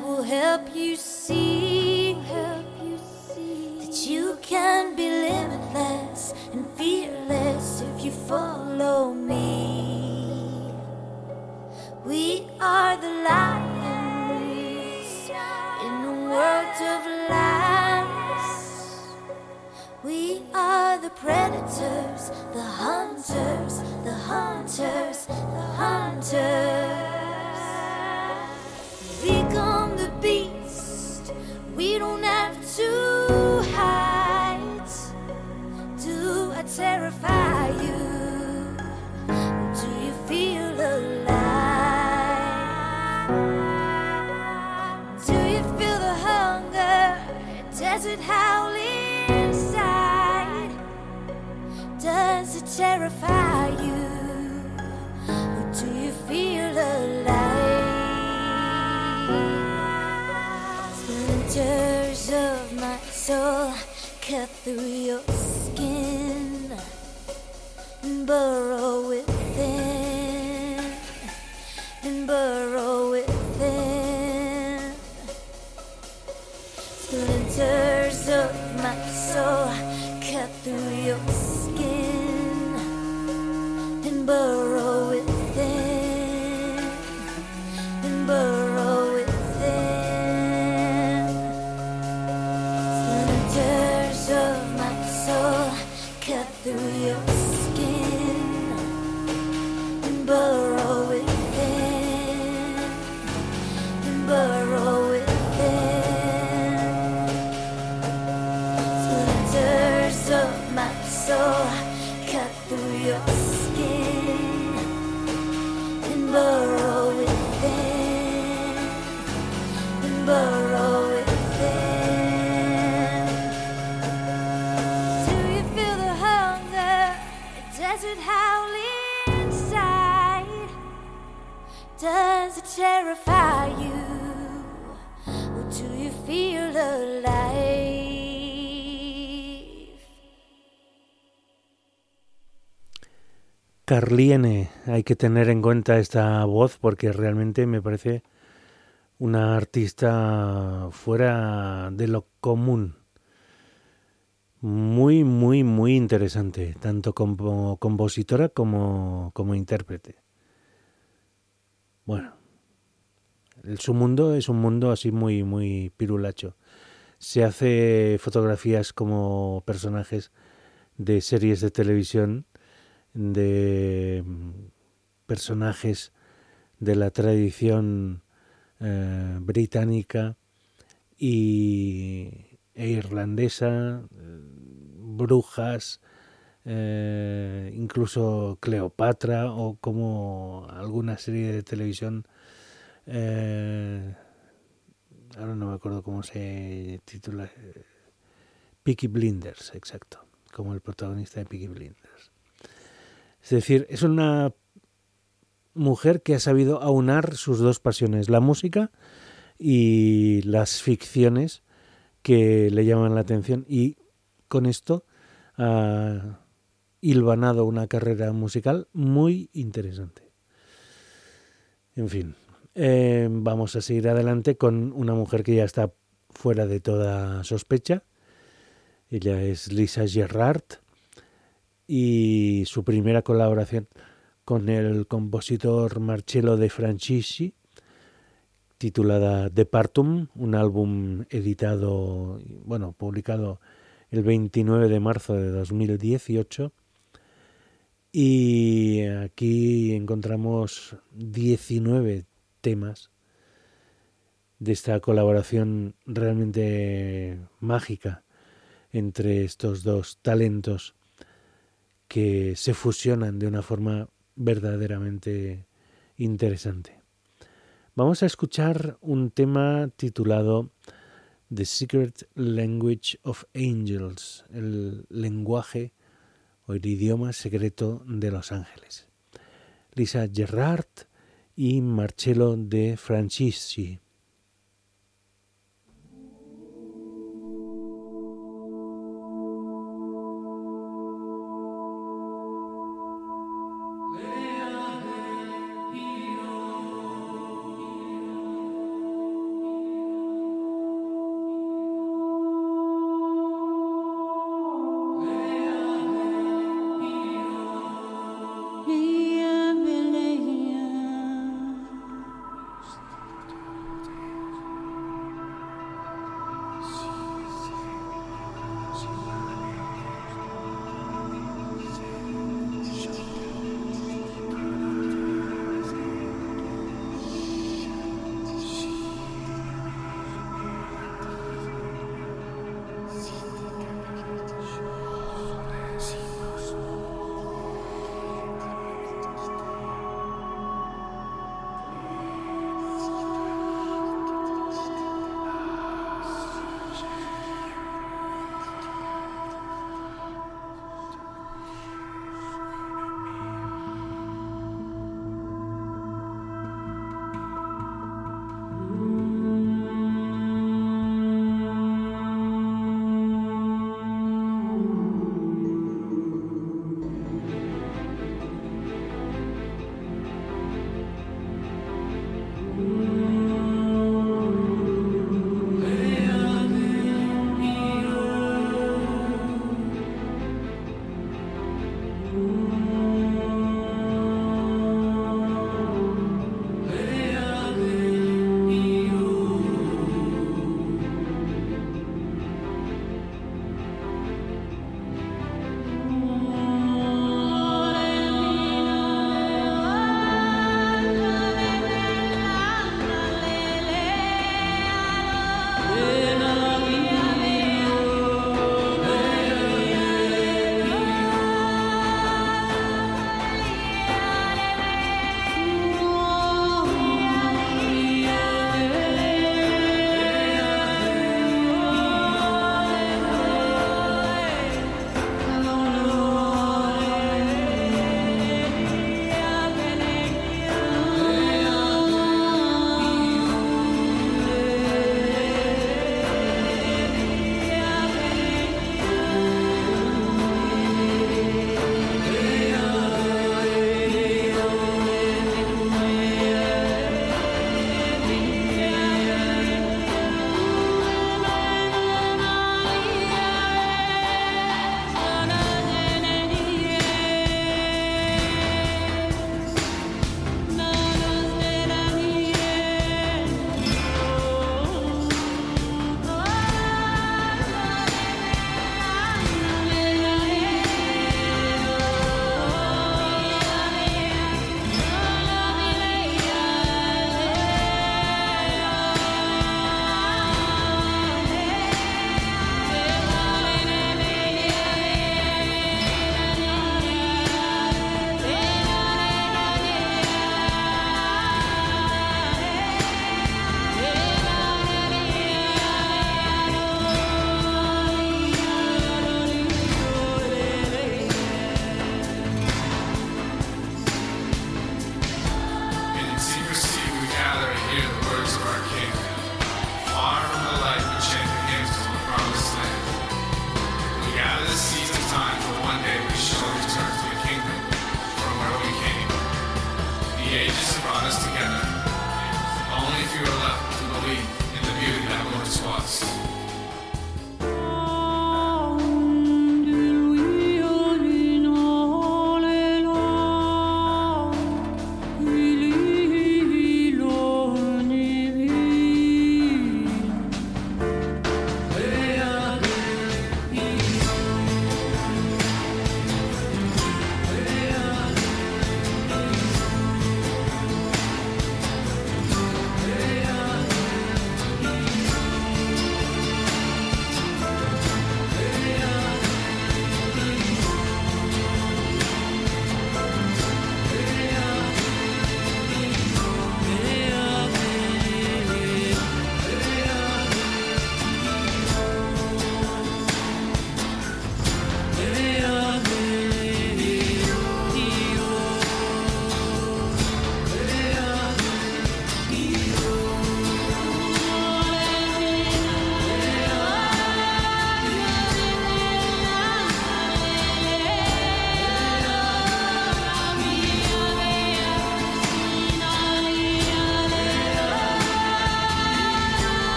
will help you see that you can be limitless and fearless if you follow me. We are the lions in a world of lies. We are the predators, the hunters, the hunters, the hunters. Become the beast. We don't have to hide. Do I terrify you? Do you feel alive? Do you feel the hunger? Does it howl inside? Does it terrify you? Or do you feel alive? Splinters of my soul cut through your skin and burrow within, and burrow within. Splinters of my soul cut through your skin and burrow within, and burrow within. Splinters of my soul cut through your skin and burrow within, and burrow within. Splinters of my soul cut through your skin and burrow within, and burrow within. Do you feel the hunger? Does it howl inside? Does it terrify you? Or do you feel alive? Carliene, hay que tener en cuenta esta voz porque realmente me parece una artista fuera de lo común. Muy, muy, muy interesante, tanto como compositora como intérprete. Bueno, su mundo es un mundo así muy, muy pirulacho. Se hace fotografías como personajes de series de televisión, de personajes de la tradición británica e irlandesa, brujas, incluso Cleopatra o como alguna serie de televisión, ahora no me acuerdo cómo se titula, Peaky Blinders, exacto, como el protagonista de Peaky Blinders. Es decir, es una mujer que ha sabido aunar sus dos pasiones, la música y las ficciones que le llaman la atención, y con esto ha hilvanado una carrera musical muy interesante. En fin, vamos a seguir adelante con una mujer que ya está fuera de toda sospecha. Ella es Lisa Gerrard y su primera colaboración con el compositor Marcello De Francisci, titulada Departum, un álbum editado, bueno, publicado el 29 de marzo de 2018. Y aquí encontramos 19 temas de esta colaboración realmente mágica entre estos dos talentos que se fusionan de una forma verdaderamente interesante. Vamos a escuchar un tema titulado The Secret Language of Angels, el lenguaje o el idioma secreto de los ángeles. Lisa Gerrard y Marcello De Francisci.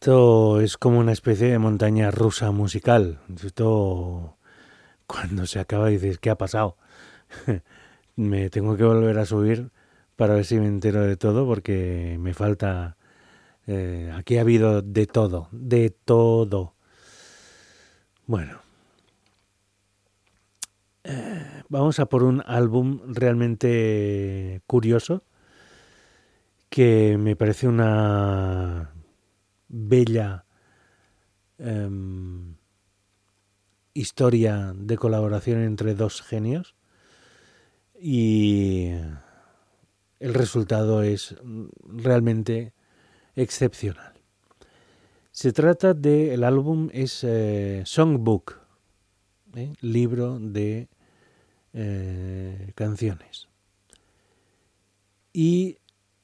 Esto es como una especie de montaña rusa musical. Esto, cuando se acaba, dices, ¿qué ha pasado? Me tengo que volver a subir para ver si me entero de todo, porque me falta... aquí ha habido de todo, de todo. Bueno, vamos a por un álbum realmente curioso, que me parece una bella historia de colaboración entre dos genios, y el resultado es realmente excepcional. Se trata de, el álbum es Songbook, libro de canciones. Y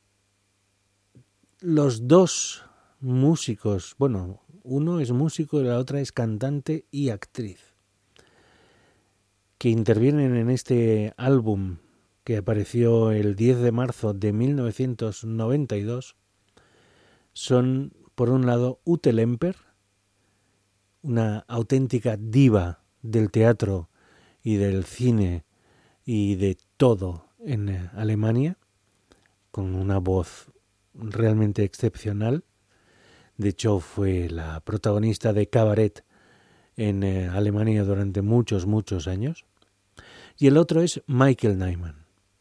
los dos músicos, bueno, uno es músico y la otra es cantante y actriz, que intervienen en este álbum que apareció el 10 de marzo de 1992, son, por un lado, Ute Lemper, una auténtica diva del teatro y del cine y de todo en Alemania, con una voz realmente excepcional. De hecho, fue la protagonista de Cabaret en Alemania durante muchos, muchos años. Y el otro es Michael Nyman.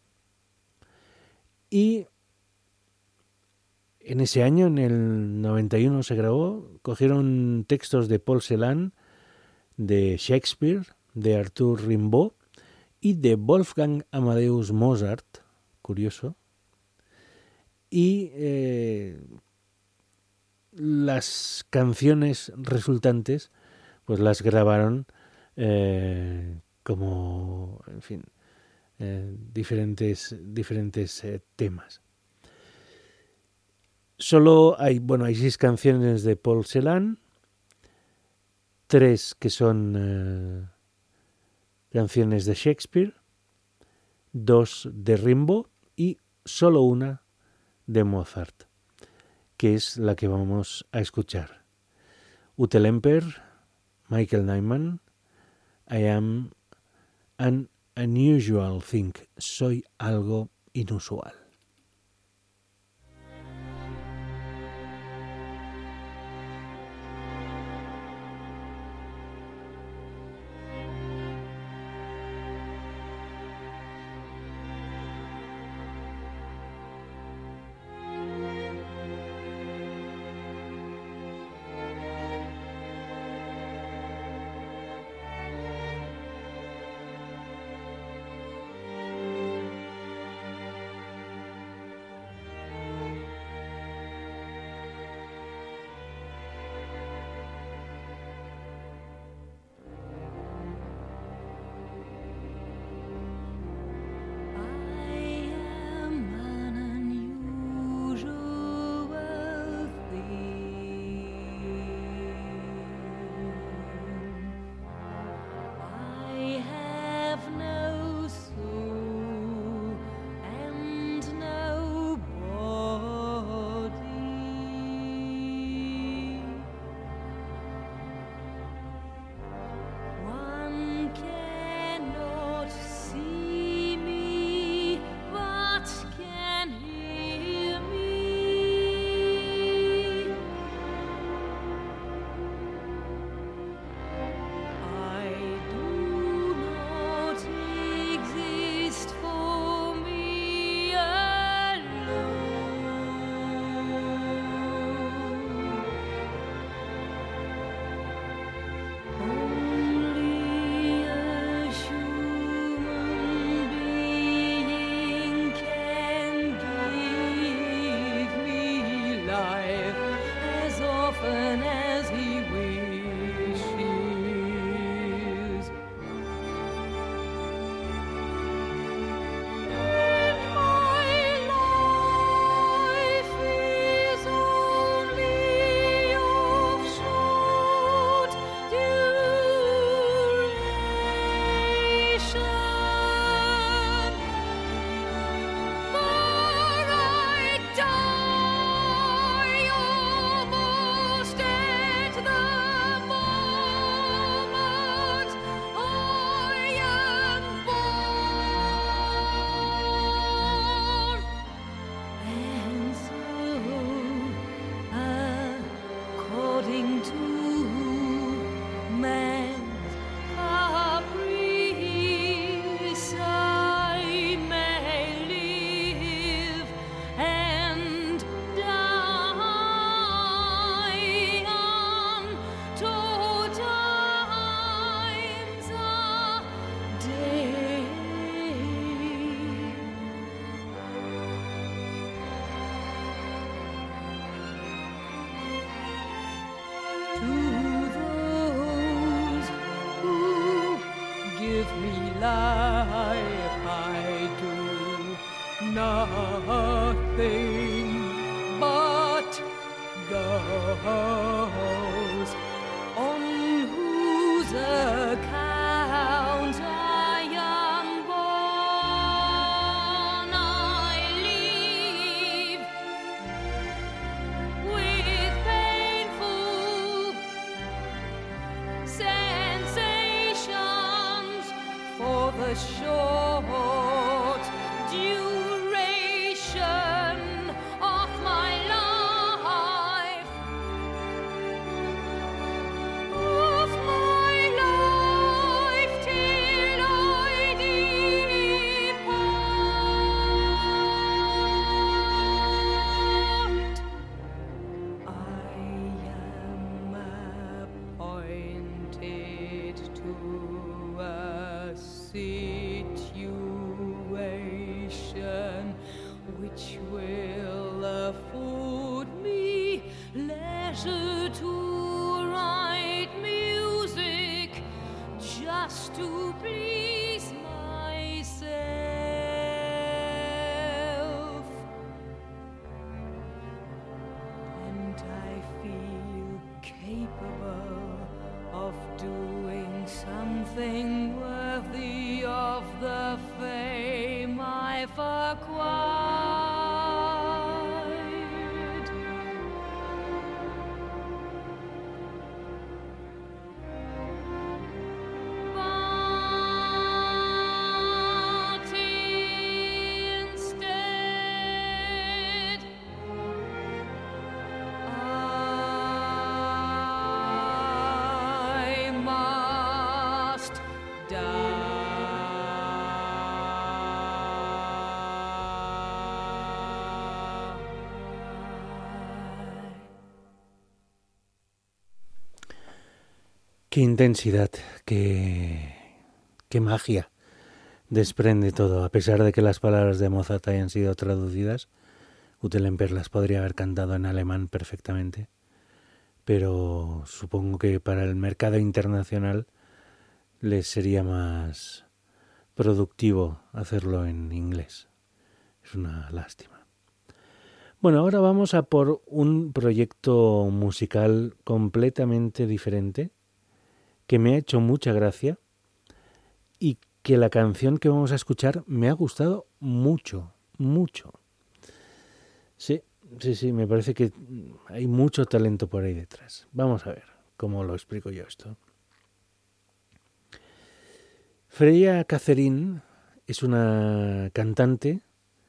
Y en ese año, en el 91 se grabó, cogieron textos de Paul Celan, de Shakespeare, de Arthur Rimbaud y de Wolfgang Amadeus Mozart, curioso, y las canciones resultantes pues las grabaron como, en fin, diferentes temas. Solo hay, hay 6 canciones de Paul Celan, 3 que son canciones de Shakespeare, 2 de Rimbaud y solo una de Mozart, que es la que vamos a escuchar. Ute Lemper, Michael Nyman, I am an unusual thing, soy algo inusual. life I do nothing but those on whose account I am born. I live with painful sensations for the short duration of my life, till I depart. I am appointed to a situation which will afford me leisure to write music just to please myself. And I feel capable of doing something worthy of the fame I've acquired. But instead, I must die. Qué intensidad, qué magia desprende todo. A pesar de que las palabras de Mozart hayan sido traducidas, Utelemper las podría haber cantado en alemán perfectamente, pero supongo que para el mercado internacional les sería más productivo hacerlo en inglés. Es una lástima. Bueno, ahora vamos a por un proyecto musical completamente diferente que me ha hecho mucha gracia y que la canción que vamos a escuchar me ha gustado mucho, mucho. Sí, me parece que hay mucho talento por ahí detrás. Vamos a ver cómo lo explico yo esto. Freya Catherine es una cantante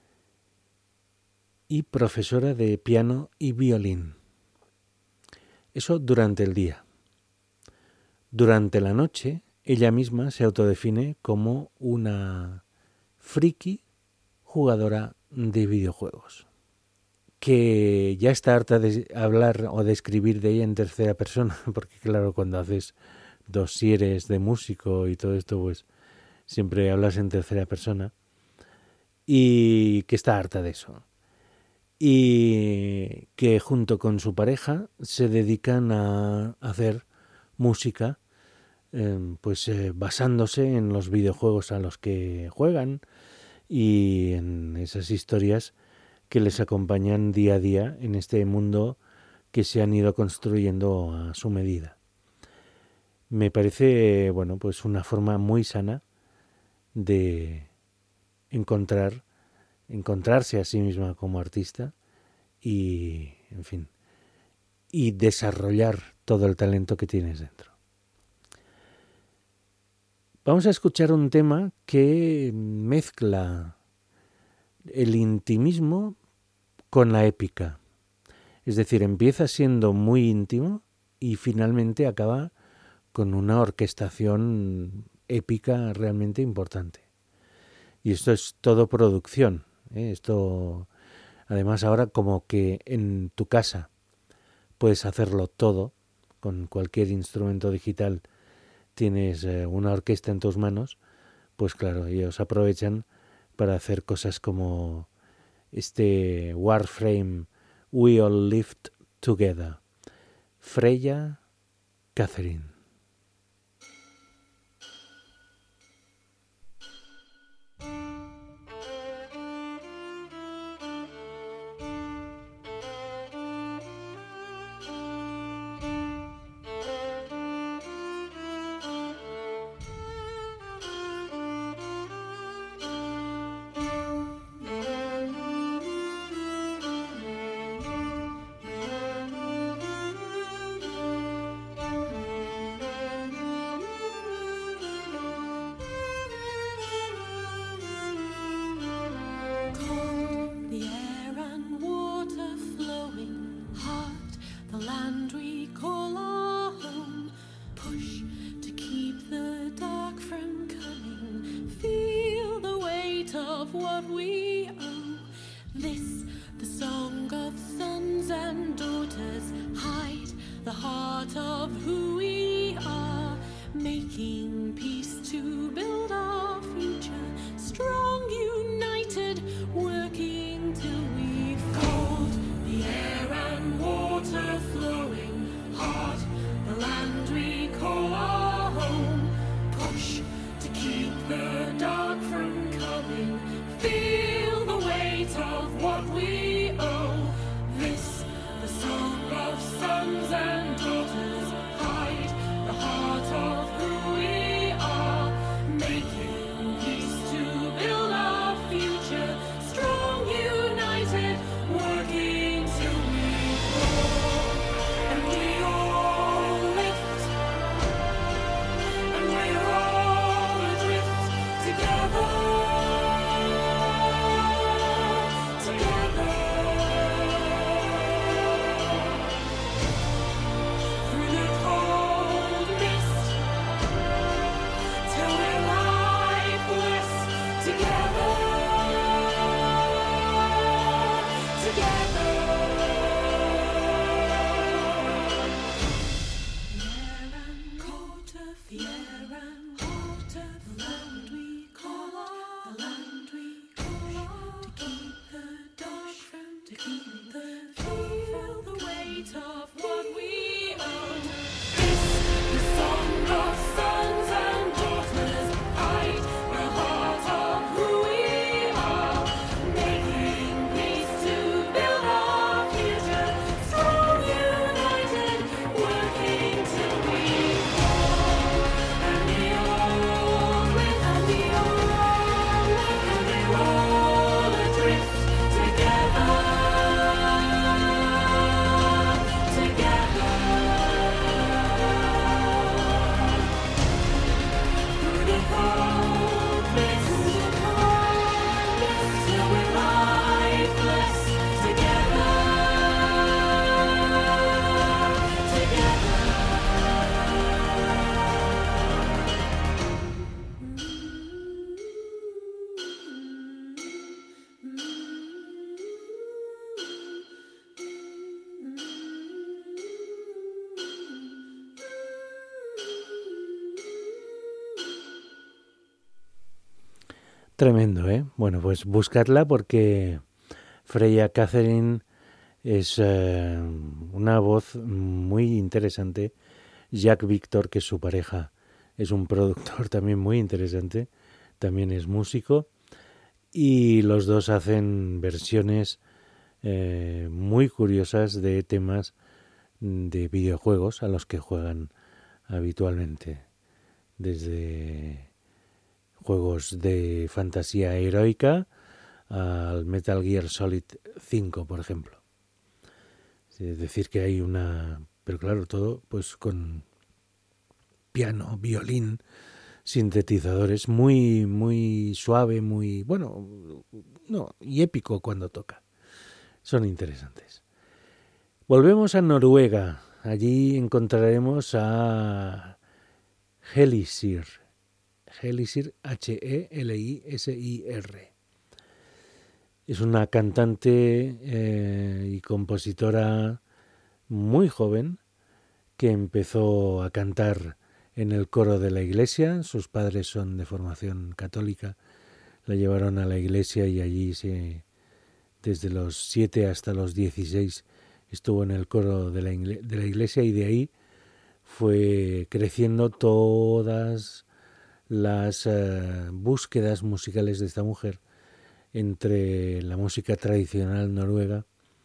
y profesora de piano y violín. Eso durante el día. Durante la noche, ella misma se autodefine como una friki jugadora de videojuegos, que ya está harta de hablar o de escribir de ella en tercera persona, porque claro, cuando haces dosieres de músico y todo esto, pues siempre hablas en tercera persona, y que está harta de eso. Y que junto con su pareja se dedican a hacer música basándose en los videojuegos a los que juegan y en esas historias que les acompañan día a día en este mundo que se han ido construyendo a su medida. Me parece, pues una forma muy sana de encontrarse a sí misma como artista y, en fin, y desarrollar todo el talento que tienes dentro. Vamos a escuchar un tema que mezcla el intimismo con la épica. Es decir, empieza siendo muy íntimo y finalmente acaba con una orquestación épica realmente importante. Y esto es todo producción, ¿eh? Esto, además, ahora como que en tu casa puedes hacerlo todo, con cualquier instrumento digital tienes una orquesta en tus manos, pues claro, ellos aprovechan para hacer cosas como este Warframe We All Lived Together. Freya Catherine. of what we owe. This, the song of sons and daughters, hide the heart of who we are, making peace to build our future, strong, united, working till we've called the air and water flowing, heart, the land we call our home, push to keep the dark from coming, feel the weight of what we owe. This, the song of sons and daughters, hide the heart of who we are, making peace to build our future, strong, united, working till we fall. And we all lift, and we're all adrift together, together. Through the cold mist, till we're lifeless, together, together. The air and water, the land we call our, the land we call our, to keep the dark from, to keep the feel the weight of what we own. This, the song of sons and daughters, hide the heart of who we are, making peace to build our future, strong, united, working till we fall. And we all live, and we all live, and we're all adrift together, together. Through the cold mist, till we're lifeless, together, together. Tremendo, ¿eh? Bueno, pues buscadla porque Freya Catherine es una voz muy interesante. Jack Victor, que es su pareja, es un productor también muy interesante, también es músico, y los dos hacen versiones muy curiosas de temas de videojuegos a los que juegan habitualmente, desde juegos de fantasía heroica al Metal Gear Solid 5, por ejemplo. Es decir, que hay una... Pero claro, todo pues con piano, violín, sintetizadores, muy, muy suave, muy... Bueno, no, y épico cuando toca. Son interesantes. Volvemos a Noruega. Allí encontraremos a Helisir. Helisir, Helisir. Es una cantante y compositora muy joven que empezó a cantar en el coro de la iglesia. Sus padres son de formación católica. La llevaron a la iglesia y allí desde los 7 hasta los 16 estuvo en el coro de la iglesia, y de ahí fue creciendo todas las búsquedas musicales de esta mujer entre la música tradicional noruega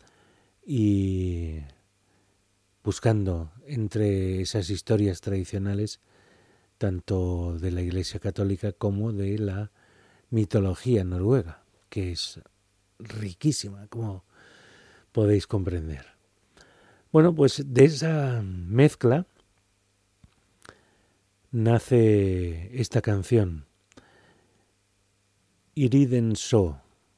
y buscando entre esas historias tradicionales tanto de la Iglesia Católica como de la mitología noruega, que es riquísima, como podéis comprender. Bueno, pues de esa mezcla nace esta canción, Iriden So,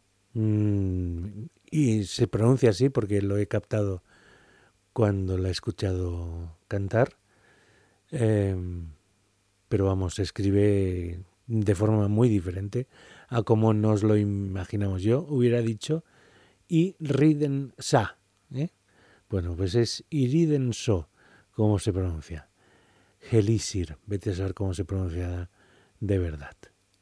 y se pronuncia así porque lo he captado cuando la he escuchado cantar, pero vamos, se escribe de forma muy diferente a como nos lo imaginamos. Yo hubiera dicho Iriden Sa, ¿eh? Bueno, pues es Iriden So, ¿cómo se pronuncia? Helisir, vete a saber cómo se pronuncia de verdad.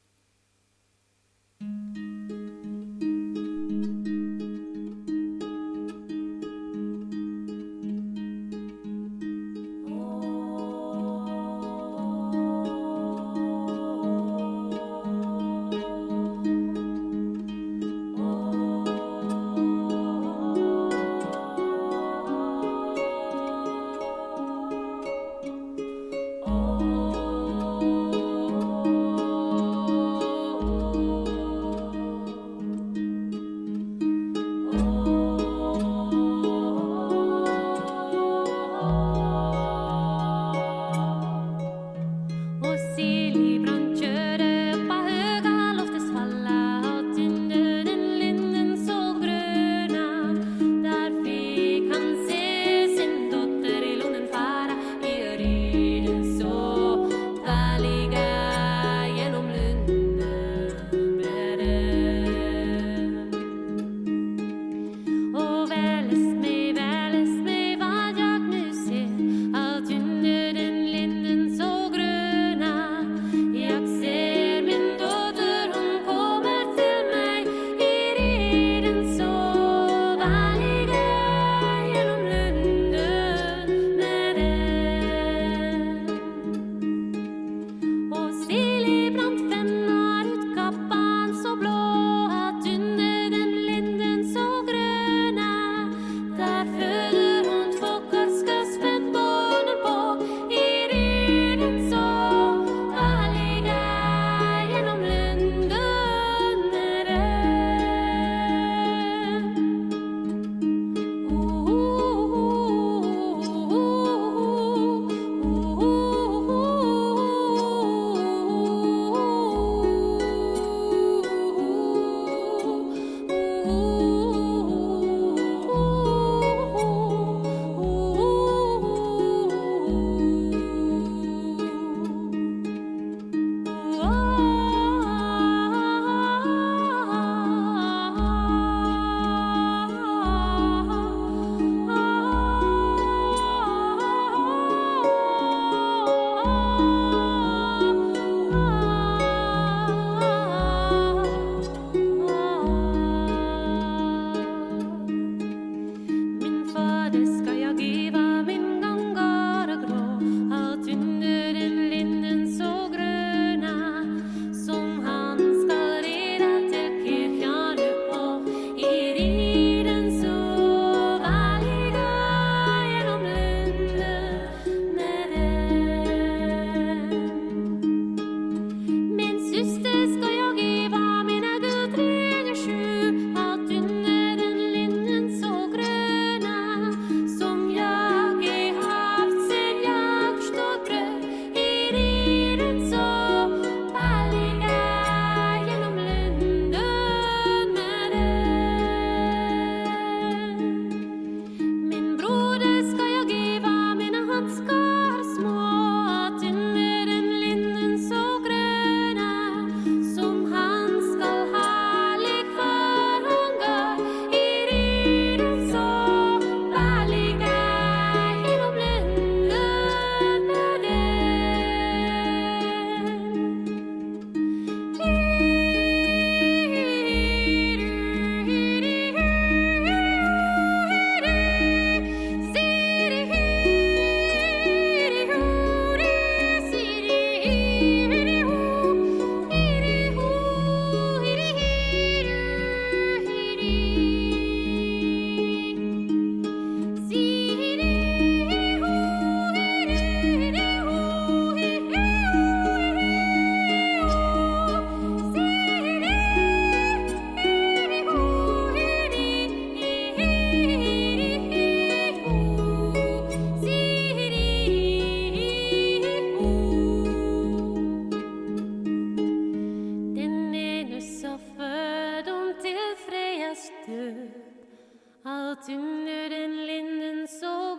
allt under den linden så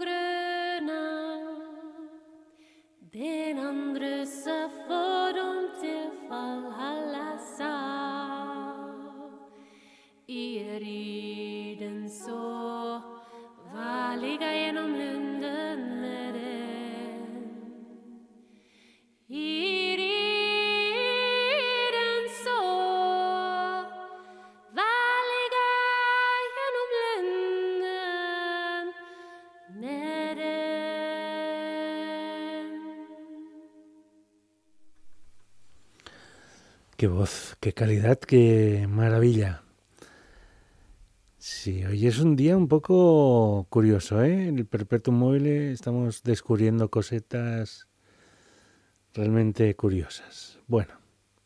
grøna. Den andre sa for dem til Valhalla sa. riden så vanliga genom lunden med den. I riden så vanliga genom lunden med den. Qué voz, qué calidad, qué maravilla. Sí, hoy es un día un poco curioso, ¿eh? En el Perpetuum Mobile estamos descubriendo cosetas realmente curiosas. Bueno,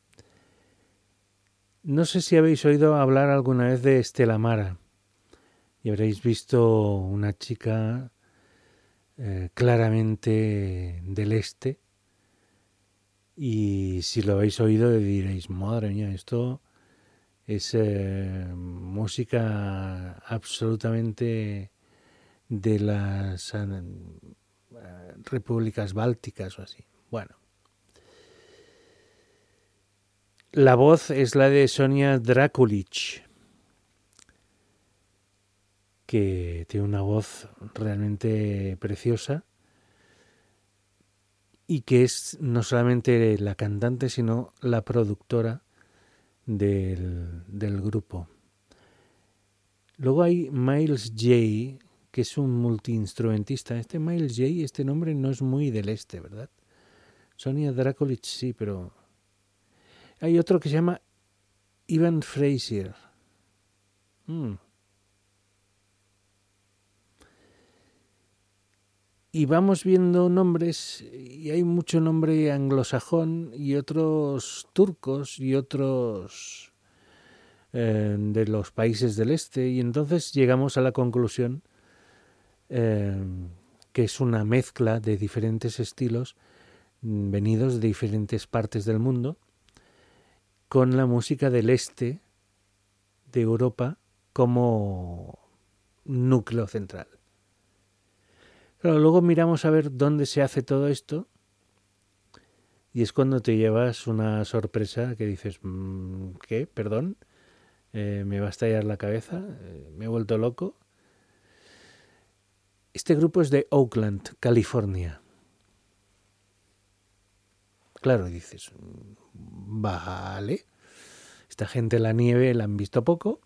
no sé si habéis oído hablar alguna vez de Estela Mara y habréis visto una chica claramente del este. Y si lo habéis oído diréis, madre mía, esto es música absolutamente de las repúblicas bálticas o así. Bueno, la voz es la de Sonia Drakulic, que tiene una voz realmente preciosa. Y que es no solamente la cantante, sino la productora del grupo. Luego hay Miles J, que es un multiinstrumentista. Este Miles J, este nombre no es muy del este, ¿verdad? Sonia Drakulic sí, pero... Hay otro que se llama Ivan Fraser. Y vamos viendo nombres, y hay mucho nombre anglosajón y otros turcos y otros de los países del este, y entonces llegamos a la conclusión que es una mezcla de diferentes estilos venidos de diferentes partes del mundo, con la música del este de Europa como núcleo central. Pero luego miramos a ver dónde se hace todo esto y es cuando te llevas una sorpresa que dices, ¿qué? ¿Perdón? ¿Me va a estallar la cabeza? ¿Me he vuelto loco? Este grupo es de Oakland, California. Claro, dices, vale, esta gente en la nieve la han visto poco.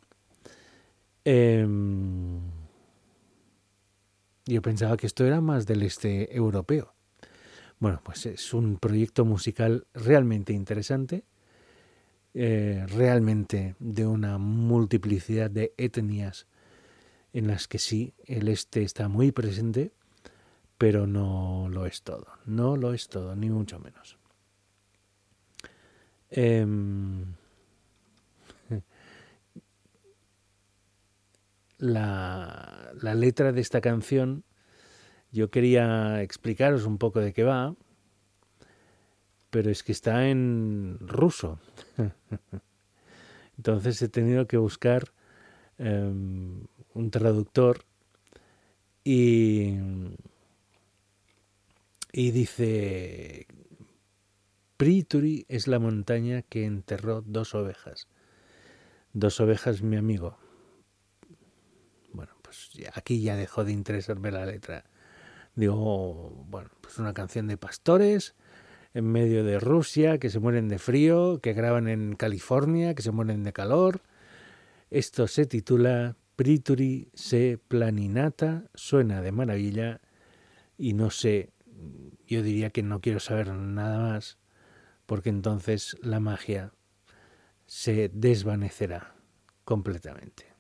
Yo pensaba que esto era más del este europeo. Bueno, pues es un proyecto musical realmente interesante, realmente de una multiplicidad de etnias en las que sí, el este está muy presente, pero no lo es todo. No lo es todo, ni mucho menos. La letra de esta canción, yo quería explicaros un poco de qué va, pero es que está en ruso. Entonces he tenido que buscar un traductor y dice: Prituri es la montaña que enterró 2 ovejas. 2 ovejas, mi amigo. Bueno, pues aquí ya dejó de interesarme la letra. Digo, bueno, pues una canción de pastores en medio de Rusia, que se mueren de frío, que graban en California, que se mueren de calor. Esto se titula Prituri se planinata, suena de maravilla y no sé, yo diría que no quiero saber nada más, porque entonces la magia se desvanecerá completamente.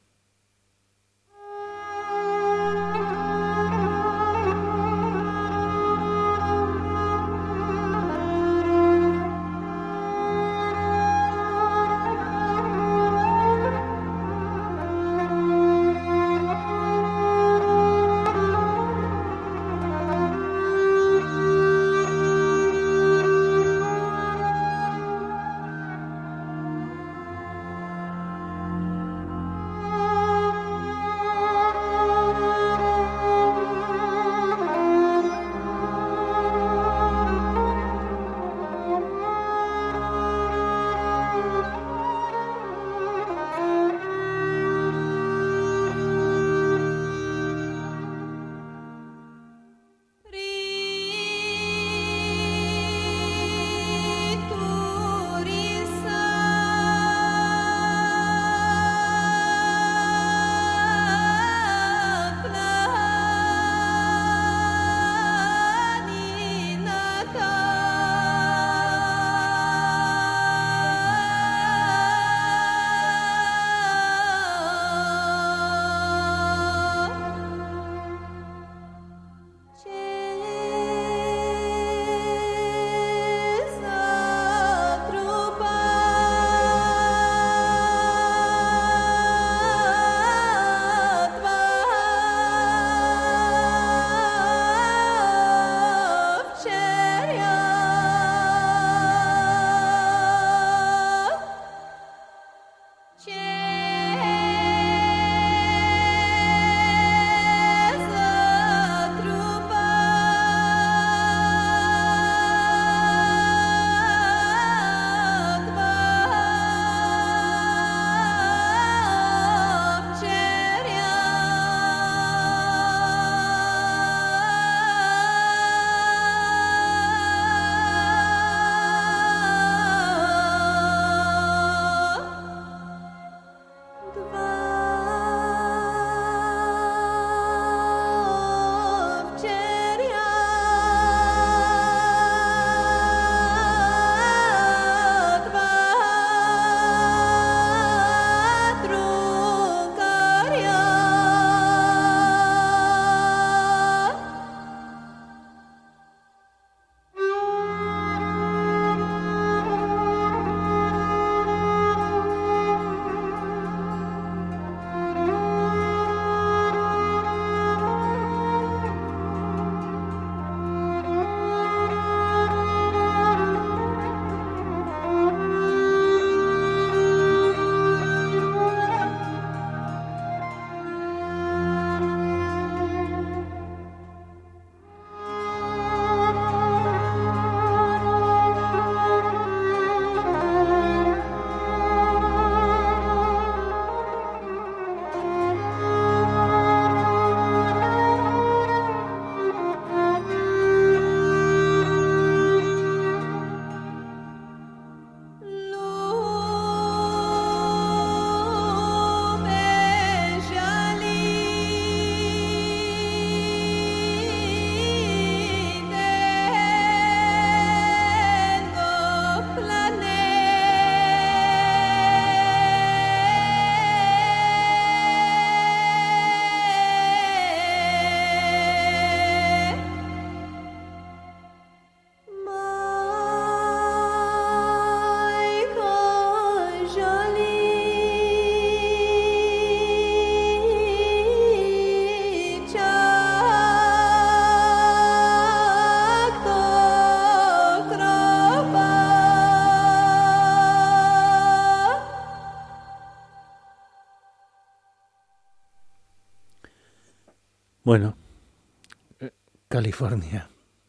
Bueno, California.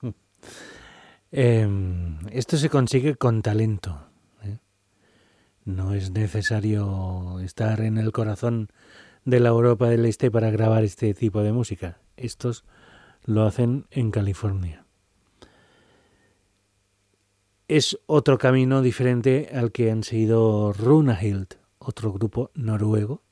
Esto se consigue con talento. No es necesario estar en el corazón de la Europa del Este para grabar este tipo de música. Estos lo hacen en California. Es otro camino diferente al que han seguido Runahild, otro grupo noruego,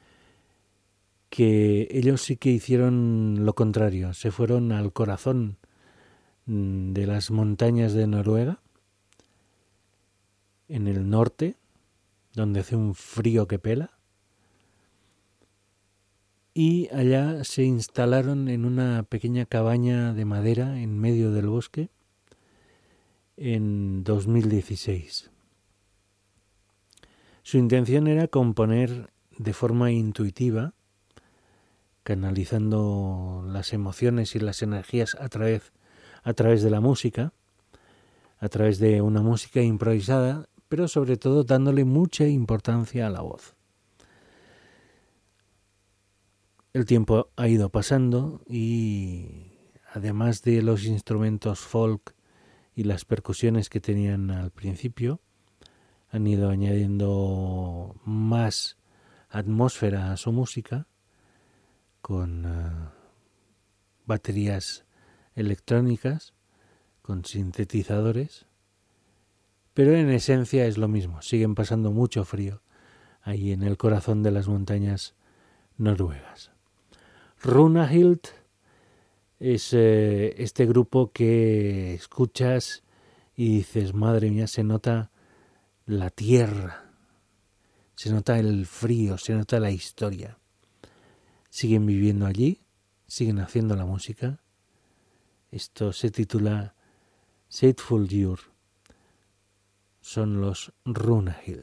que ellos sí que hicieron lo contrario. Se fueron al corazón de las montañas de Noruega, en el norte, donde hace un frío que pela, y allá se instalaron en una pequeña cabaña de madera en medio del bosque en 2016. Su intención era componer de forma intuitiva, canalizando las emociones y las energías a través de la música, a través de una música improvisada, pero sobre todo dándole mucha importancia a la voz. El tiempo ha ido pasando y además de los instrumentos folk y las percusiones que tenían al principio, han ido añadiendo más atmósfera a su música con baterías electrónicas, con sintetizadores, pero en esencia es lo mismo. Siguen pasando mucho frío ahí en el corazón de las montañas noruegas. Runahild es este grupo que escuchas y dices, madre mía, se nota la tierra, se nota el frío, se nota la historia. Siguen viviendo allí, siguen haciendo la música. Esto se titula Seidfulljur. Son los Runahild.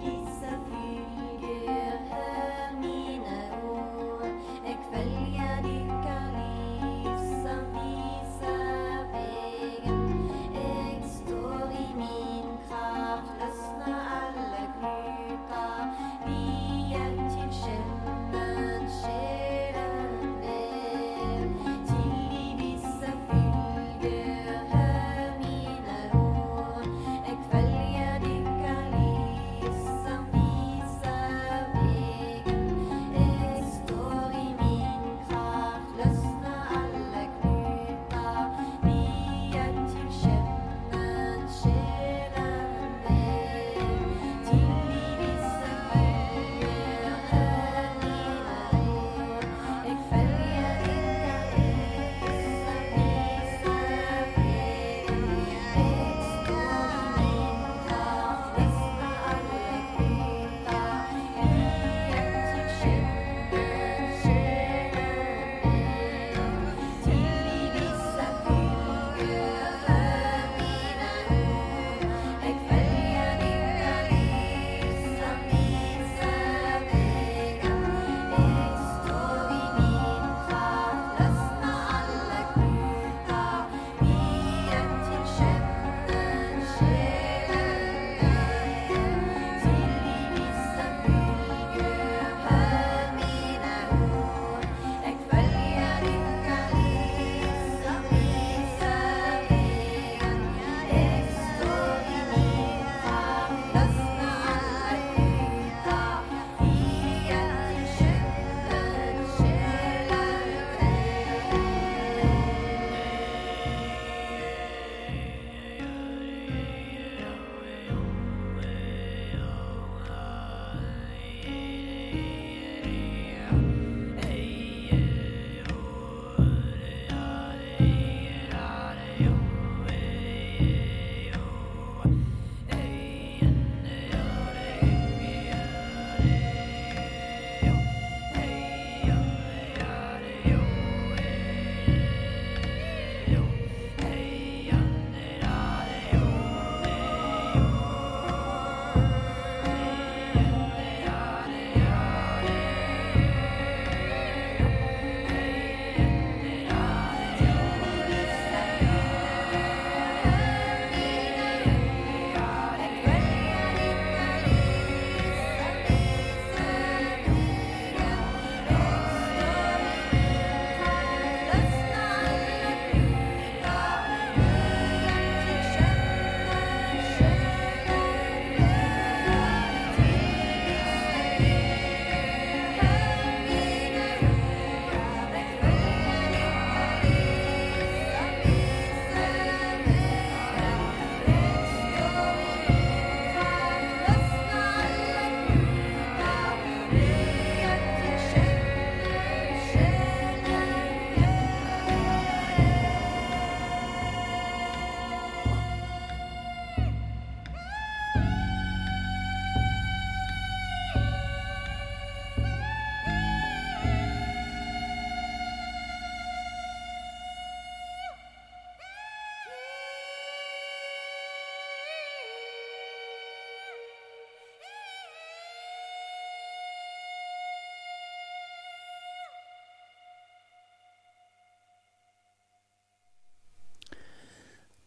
Jeg kvelger de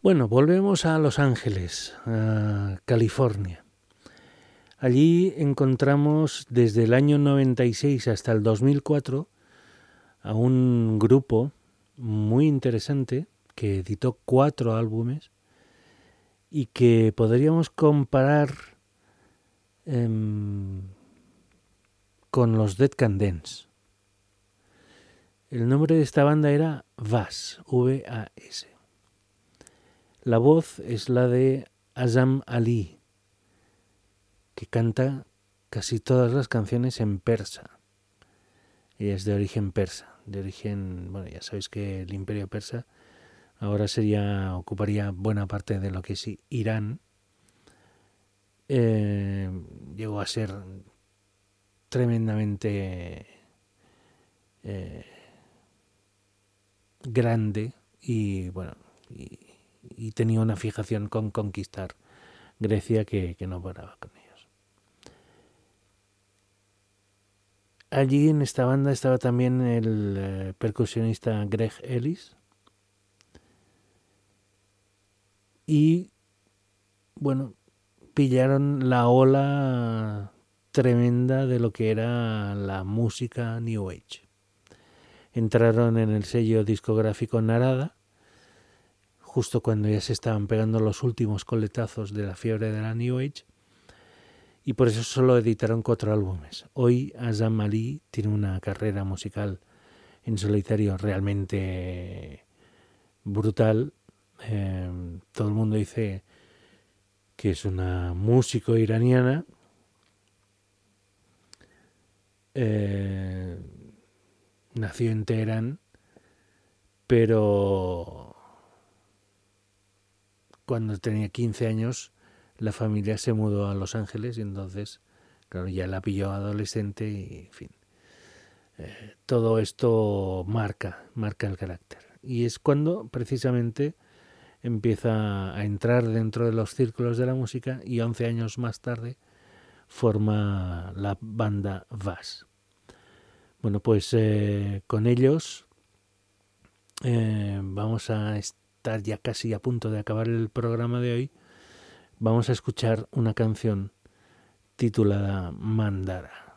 Bueno, volvemos a Los Ángeles, a California. Allí encontramos desde el año 96 hasta el 2004 a un grupo muy interesante que editó 4 álbumes y que podríamos comparar con los Dead Can Dance. El nombre de esta banda era VAS, V-A-S. La voz es la de Azam Ali, que canta casi todas las canciones en persa. Ella es de origen persa, bueno, ya sabéis que el Imperio Persa ahora ocuparía buena parte de lo que es Irán. Llegó a ser tremendamente grande y bueno, y tenía una fijación con conquistar Grecia que no paraba con ellos. Allí en esta banda estaba también el percusionista Greg Ellis y bueno, pillaron la ola tremenda de lo que era la música New Age. Entraron en el sello discográfico Narada justo cuando ya se estaban pegando los últimos coletazos de la fiebre de la New Age, y por eso solo editaron 4 álbumes. Hoy Azam Ali tiene una carrera musical en solitario realmente brutal. Todo el mundo dice que es una músico iraniana. Nació en Teherán, pero cuando tenía 15 años la familia se mudó a Los Ángeles y entonces, claro, ya la pilló adolescente y, en fin, todo esto marca el carácter. Y es cuando precisamente empieza a entrar dentro de los círculos de la música y 11 años más tarde forma la banda VAS. Bueno, pues con ellos vamos a estar ya casi a punto de acabar el programa de hoy. Vamos a escuchar una canción titulada Mandara.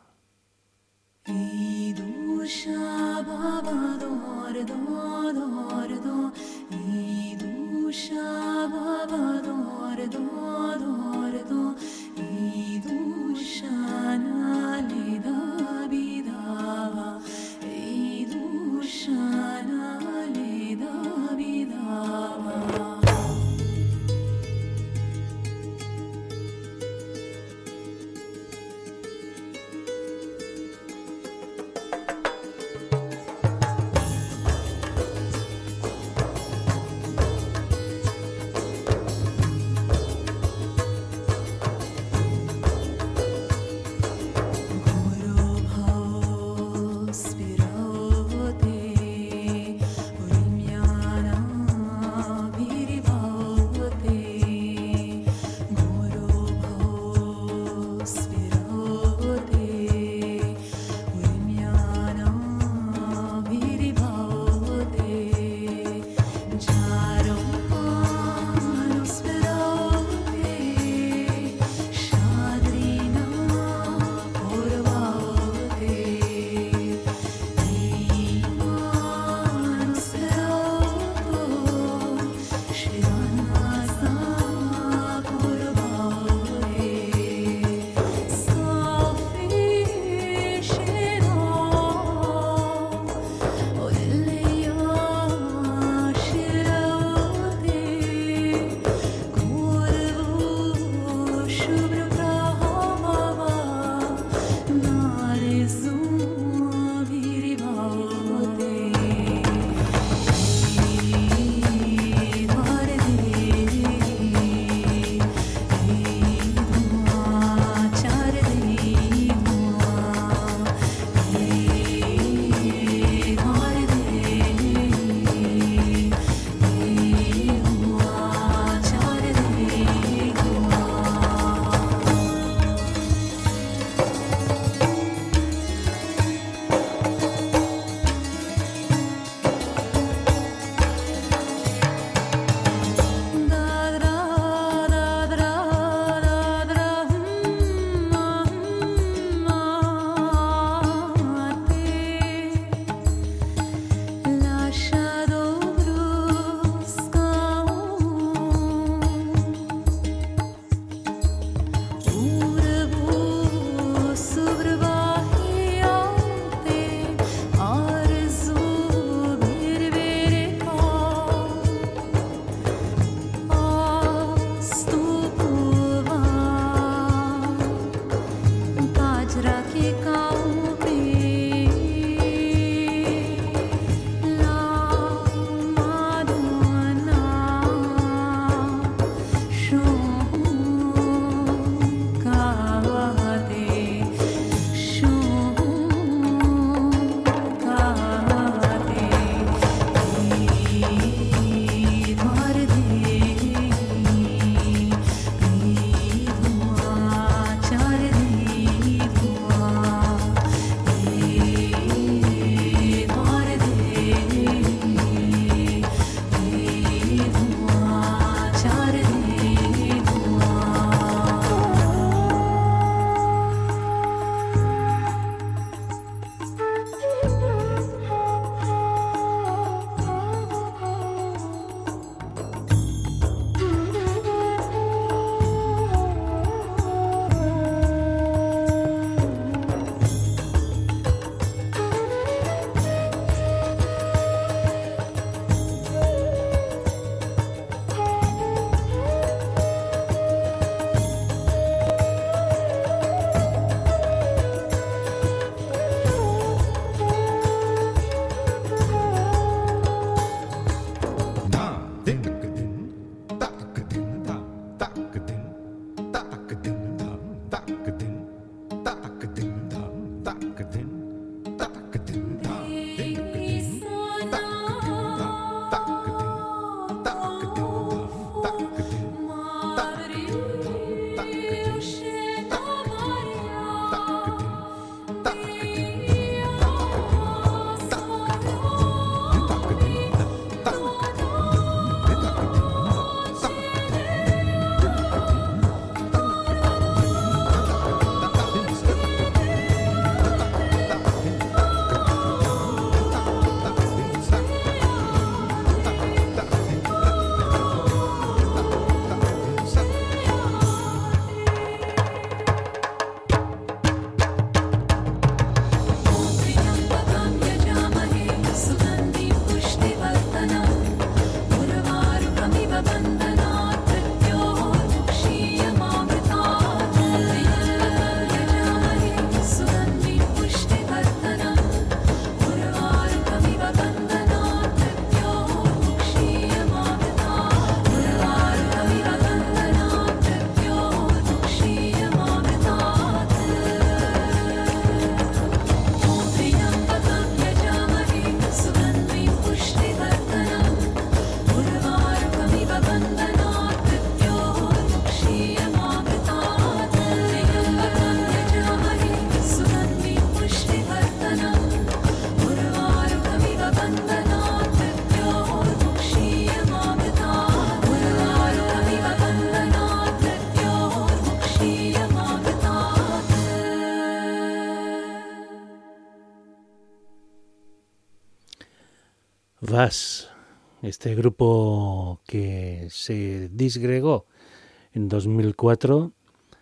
Vas, este grupo que se disgregó en 2004,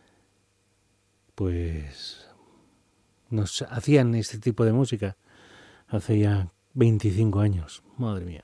pues nos hacían este tipo de música hace ya 25 años, madre mía.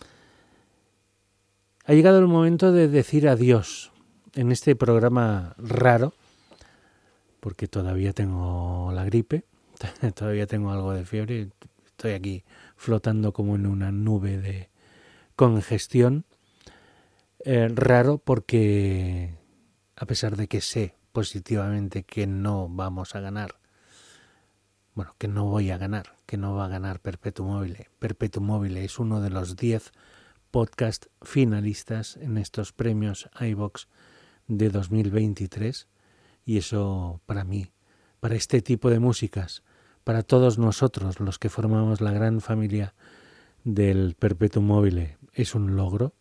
Ha llegado el momento de decir adiós en este programa raro, porque todavía tengo la gripe, todavía tengo algo de fiebre, estoy aquí flotando como en una nube de congestión. Raro porque, a pesar de que sé positivamente que no vamos a ganar, bueno, que no voy a ganar, que no va a ganar Perpetuum Mobile. Perpetuum Mobile es uno de los 10 podcast finalistas en estos premios iVoox de 2023, y eso para mí, para este tipo de músicas, para todos nosotros los que formamos la gran familia del Perpetuum Mobile, es un logro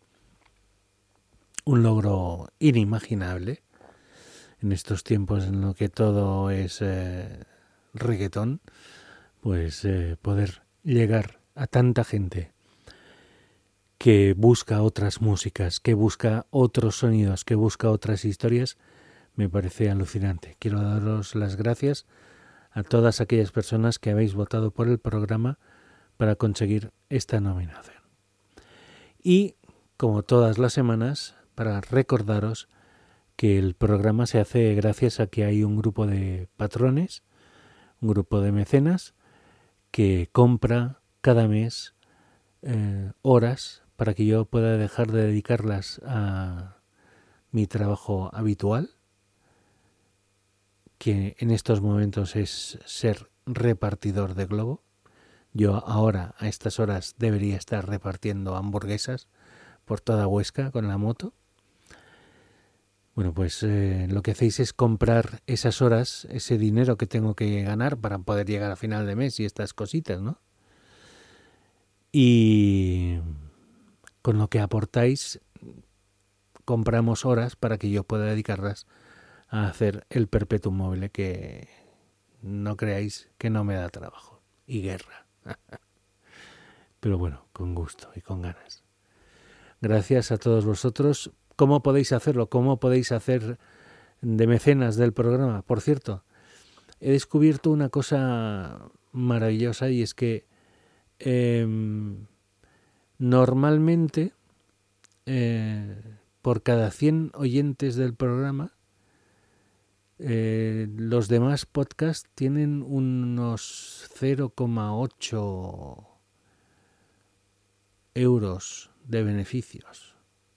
inimaginable en estos tiempos en los que todo es reggaetón, pues poder llegar a tanta gente que busca otras músicas, que busca otros sonidos, que busca otras historias, me parece alucinante. Quiero daros las gracias a todas aquellas personas que habéis votado por el programa para conseguir esta nominación. Y, como todas las semanas, para recordaros que el programa se hace gracias a que hay un grupo de patrones, un grupo de mecenas, que compra cada mes horas para que yo pueda dejar de dedicarlas a mi trabajo habitual, que en estos momentos es ser repartidor de globo. Yo ahora, a estas horas, debería estar repartiendo hamburguesas por toda Huesca con la moto. Bueno, pues lo que hacéis es comprar esas horas, ese dinero que tengo que ganar para poder llegar a final de mes y estas cositas, ¿no? Y con lo que aportáis, compramos horas para que yo pueda dedicarlas a hacer el Perpetuum Mobile, que no creáis que no me da trabajo y guerra. Pero bueno, con gusto y con ganas. Gracias a todos vosotros. ¿Cómo podéis hacerlo? ¿Cómo podéis hacer de mecenas del programa? Por cierto, he descubierto una cosa maravillosa, y es que normalmente por cada 100 oyentes del programa, los demás podcasts tienen unos 0,8 euros de beneficios.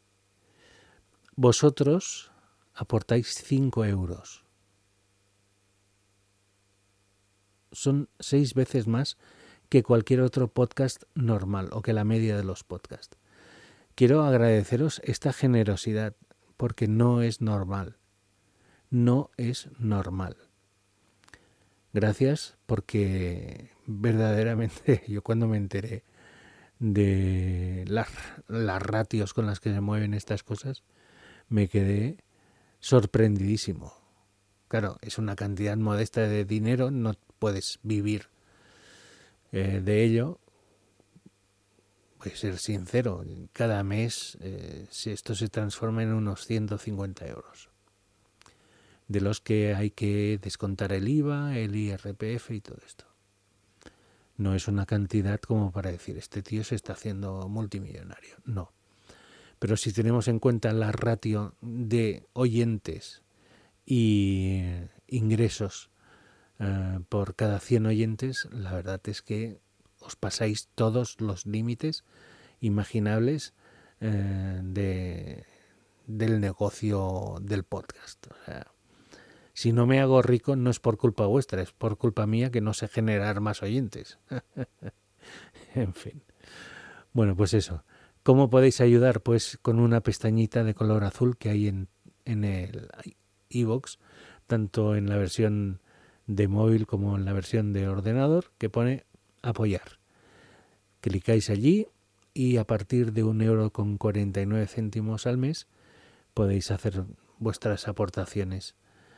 Vosotros aportáis 5 euros. son 6 veces más que cualquier otro podcast normal o que la media de los podcasts. Quiero agradeceros esta generosidad porque no es normal. No es normal. Gracias, porque verdaderamente yo cuando me enteré de las ratios con las que se mueven estas cosas, me quedé sorprendidísimo. Claro, es una cantidad modesta de dinero, no puedes vivir de ello. Voy a ser sincero, cada mes si esto se transforma en unos 150 euros, de los que hay que descontar el IVA, el IRPF y todo esto. No es una cantidad como para decir, este tío se está haciendo multimillonario. No. Pero si tenemos en cuenta la ratio de oyentes y ingresos por cada 100 oyentes, la verdad es que os pasáis todos los límites imaginables del negocio del podcast. O sea, si no me hago rico no es por culpa vuestra, es por culpa mía que no sé generar más oyentes. En fin. Bueno, pues eso. ¿Cómo podéis ayudar? Pues con una pestañita de color azul que hay en el iVoox, tanto en la versión de móvil como en la versión de ordenador, que pone apoyar. Clicáis allí y a partir de 1,49 € al mes podéis hacer vuestras aportaciones.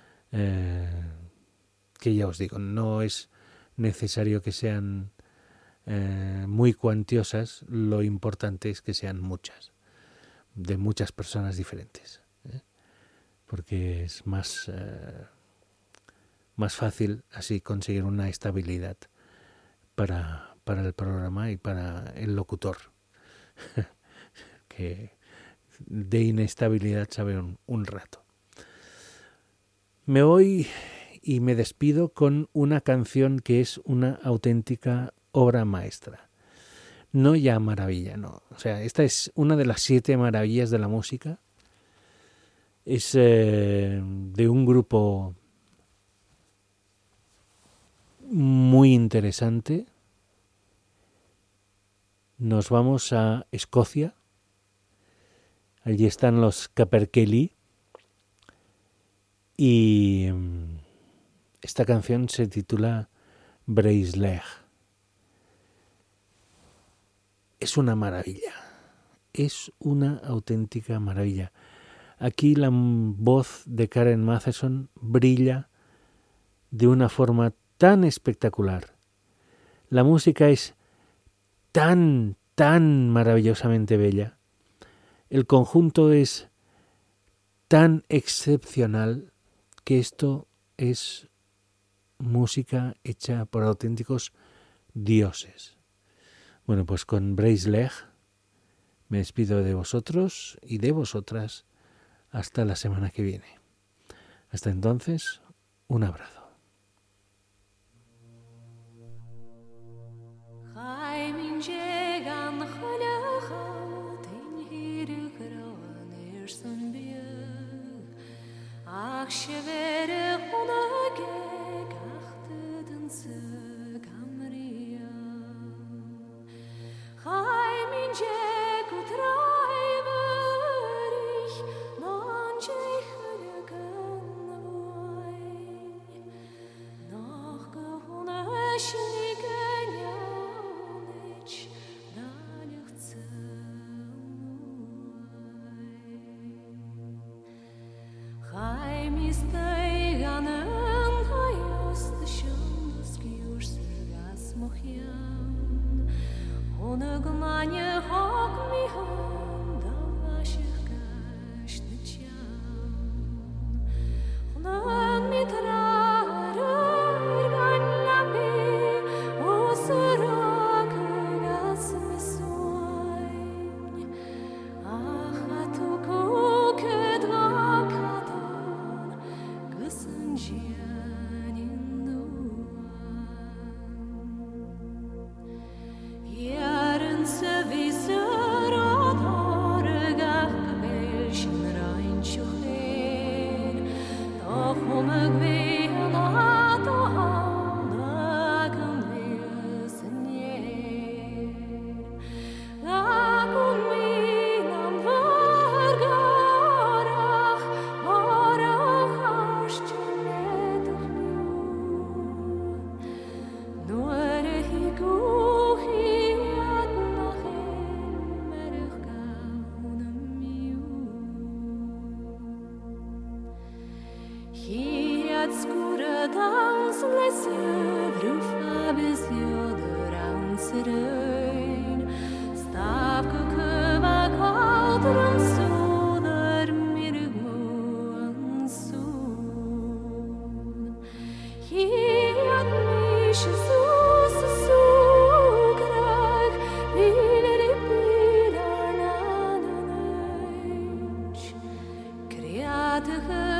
Que ya os digo, no es necesario que sean muy cuantiosas, lo importante es que sean muchas, de muchas personas diferentes, porque es más fácil así conseguir una estabilidad para el programa y para el locutor, que de inestabilidad sabe un rato. Me voy y me despido con una canción que es una auténtica obra maestra. No ya maravilla, no. O sea, esta es una de las 7 maravillas de la música. Es de un grupo muy interesante. Nos vamos a Escocia. Allí están los Capercaillie. Y esta canción se titula Braesleg. Es una maravilla, es una auténtica maravilla. Aquí la voz de Karen Matheson brilla de una forma tan espectacular. La música es tan maravillosamente bella. El conjunto es tan excepcional que esto es música hecha por auténticos dioses. Bueno, pues con Braesleg me despido de vosotros y de vosotras hasta la semana que viene. Hasta entonces, un abrazo. Yarın sevi sıradan rein. Stavku kuva kaldrum sudar mirguan sun. Hiat mich sus sugrag, bileri bilarnananch. Kreatige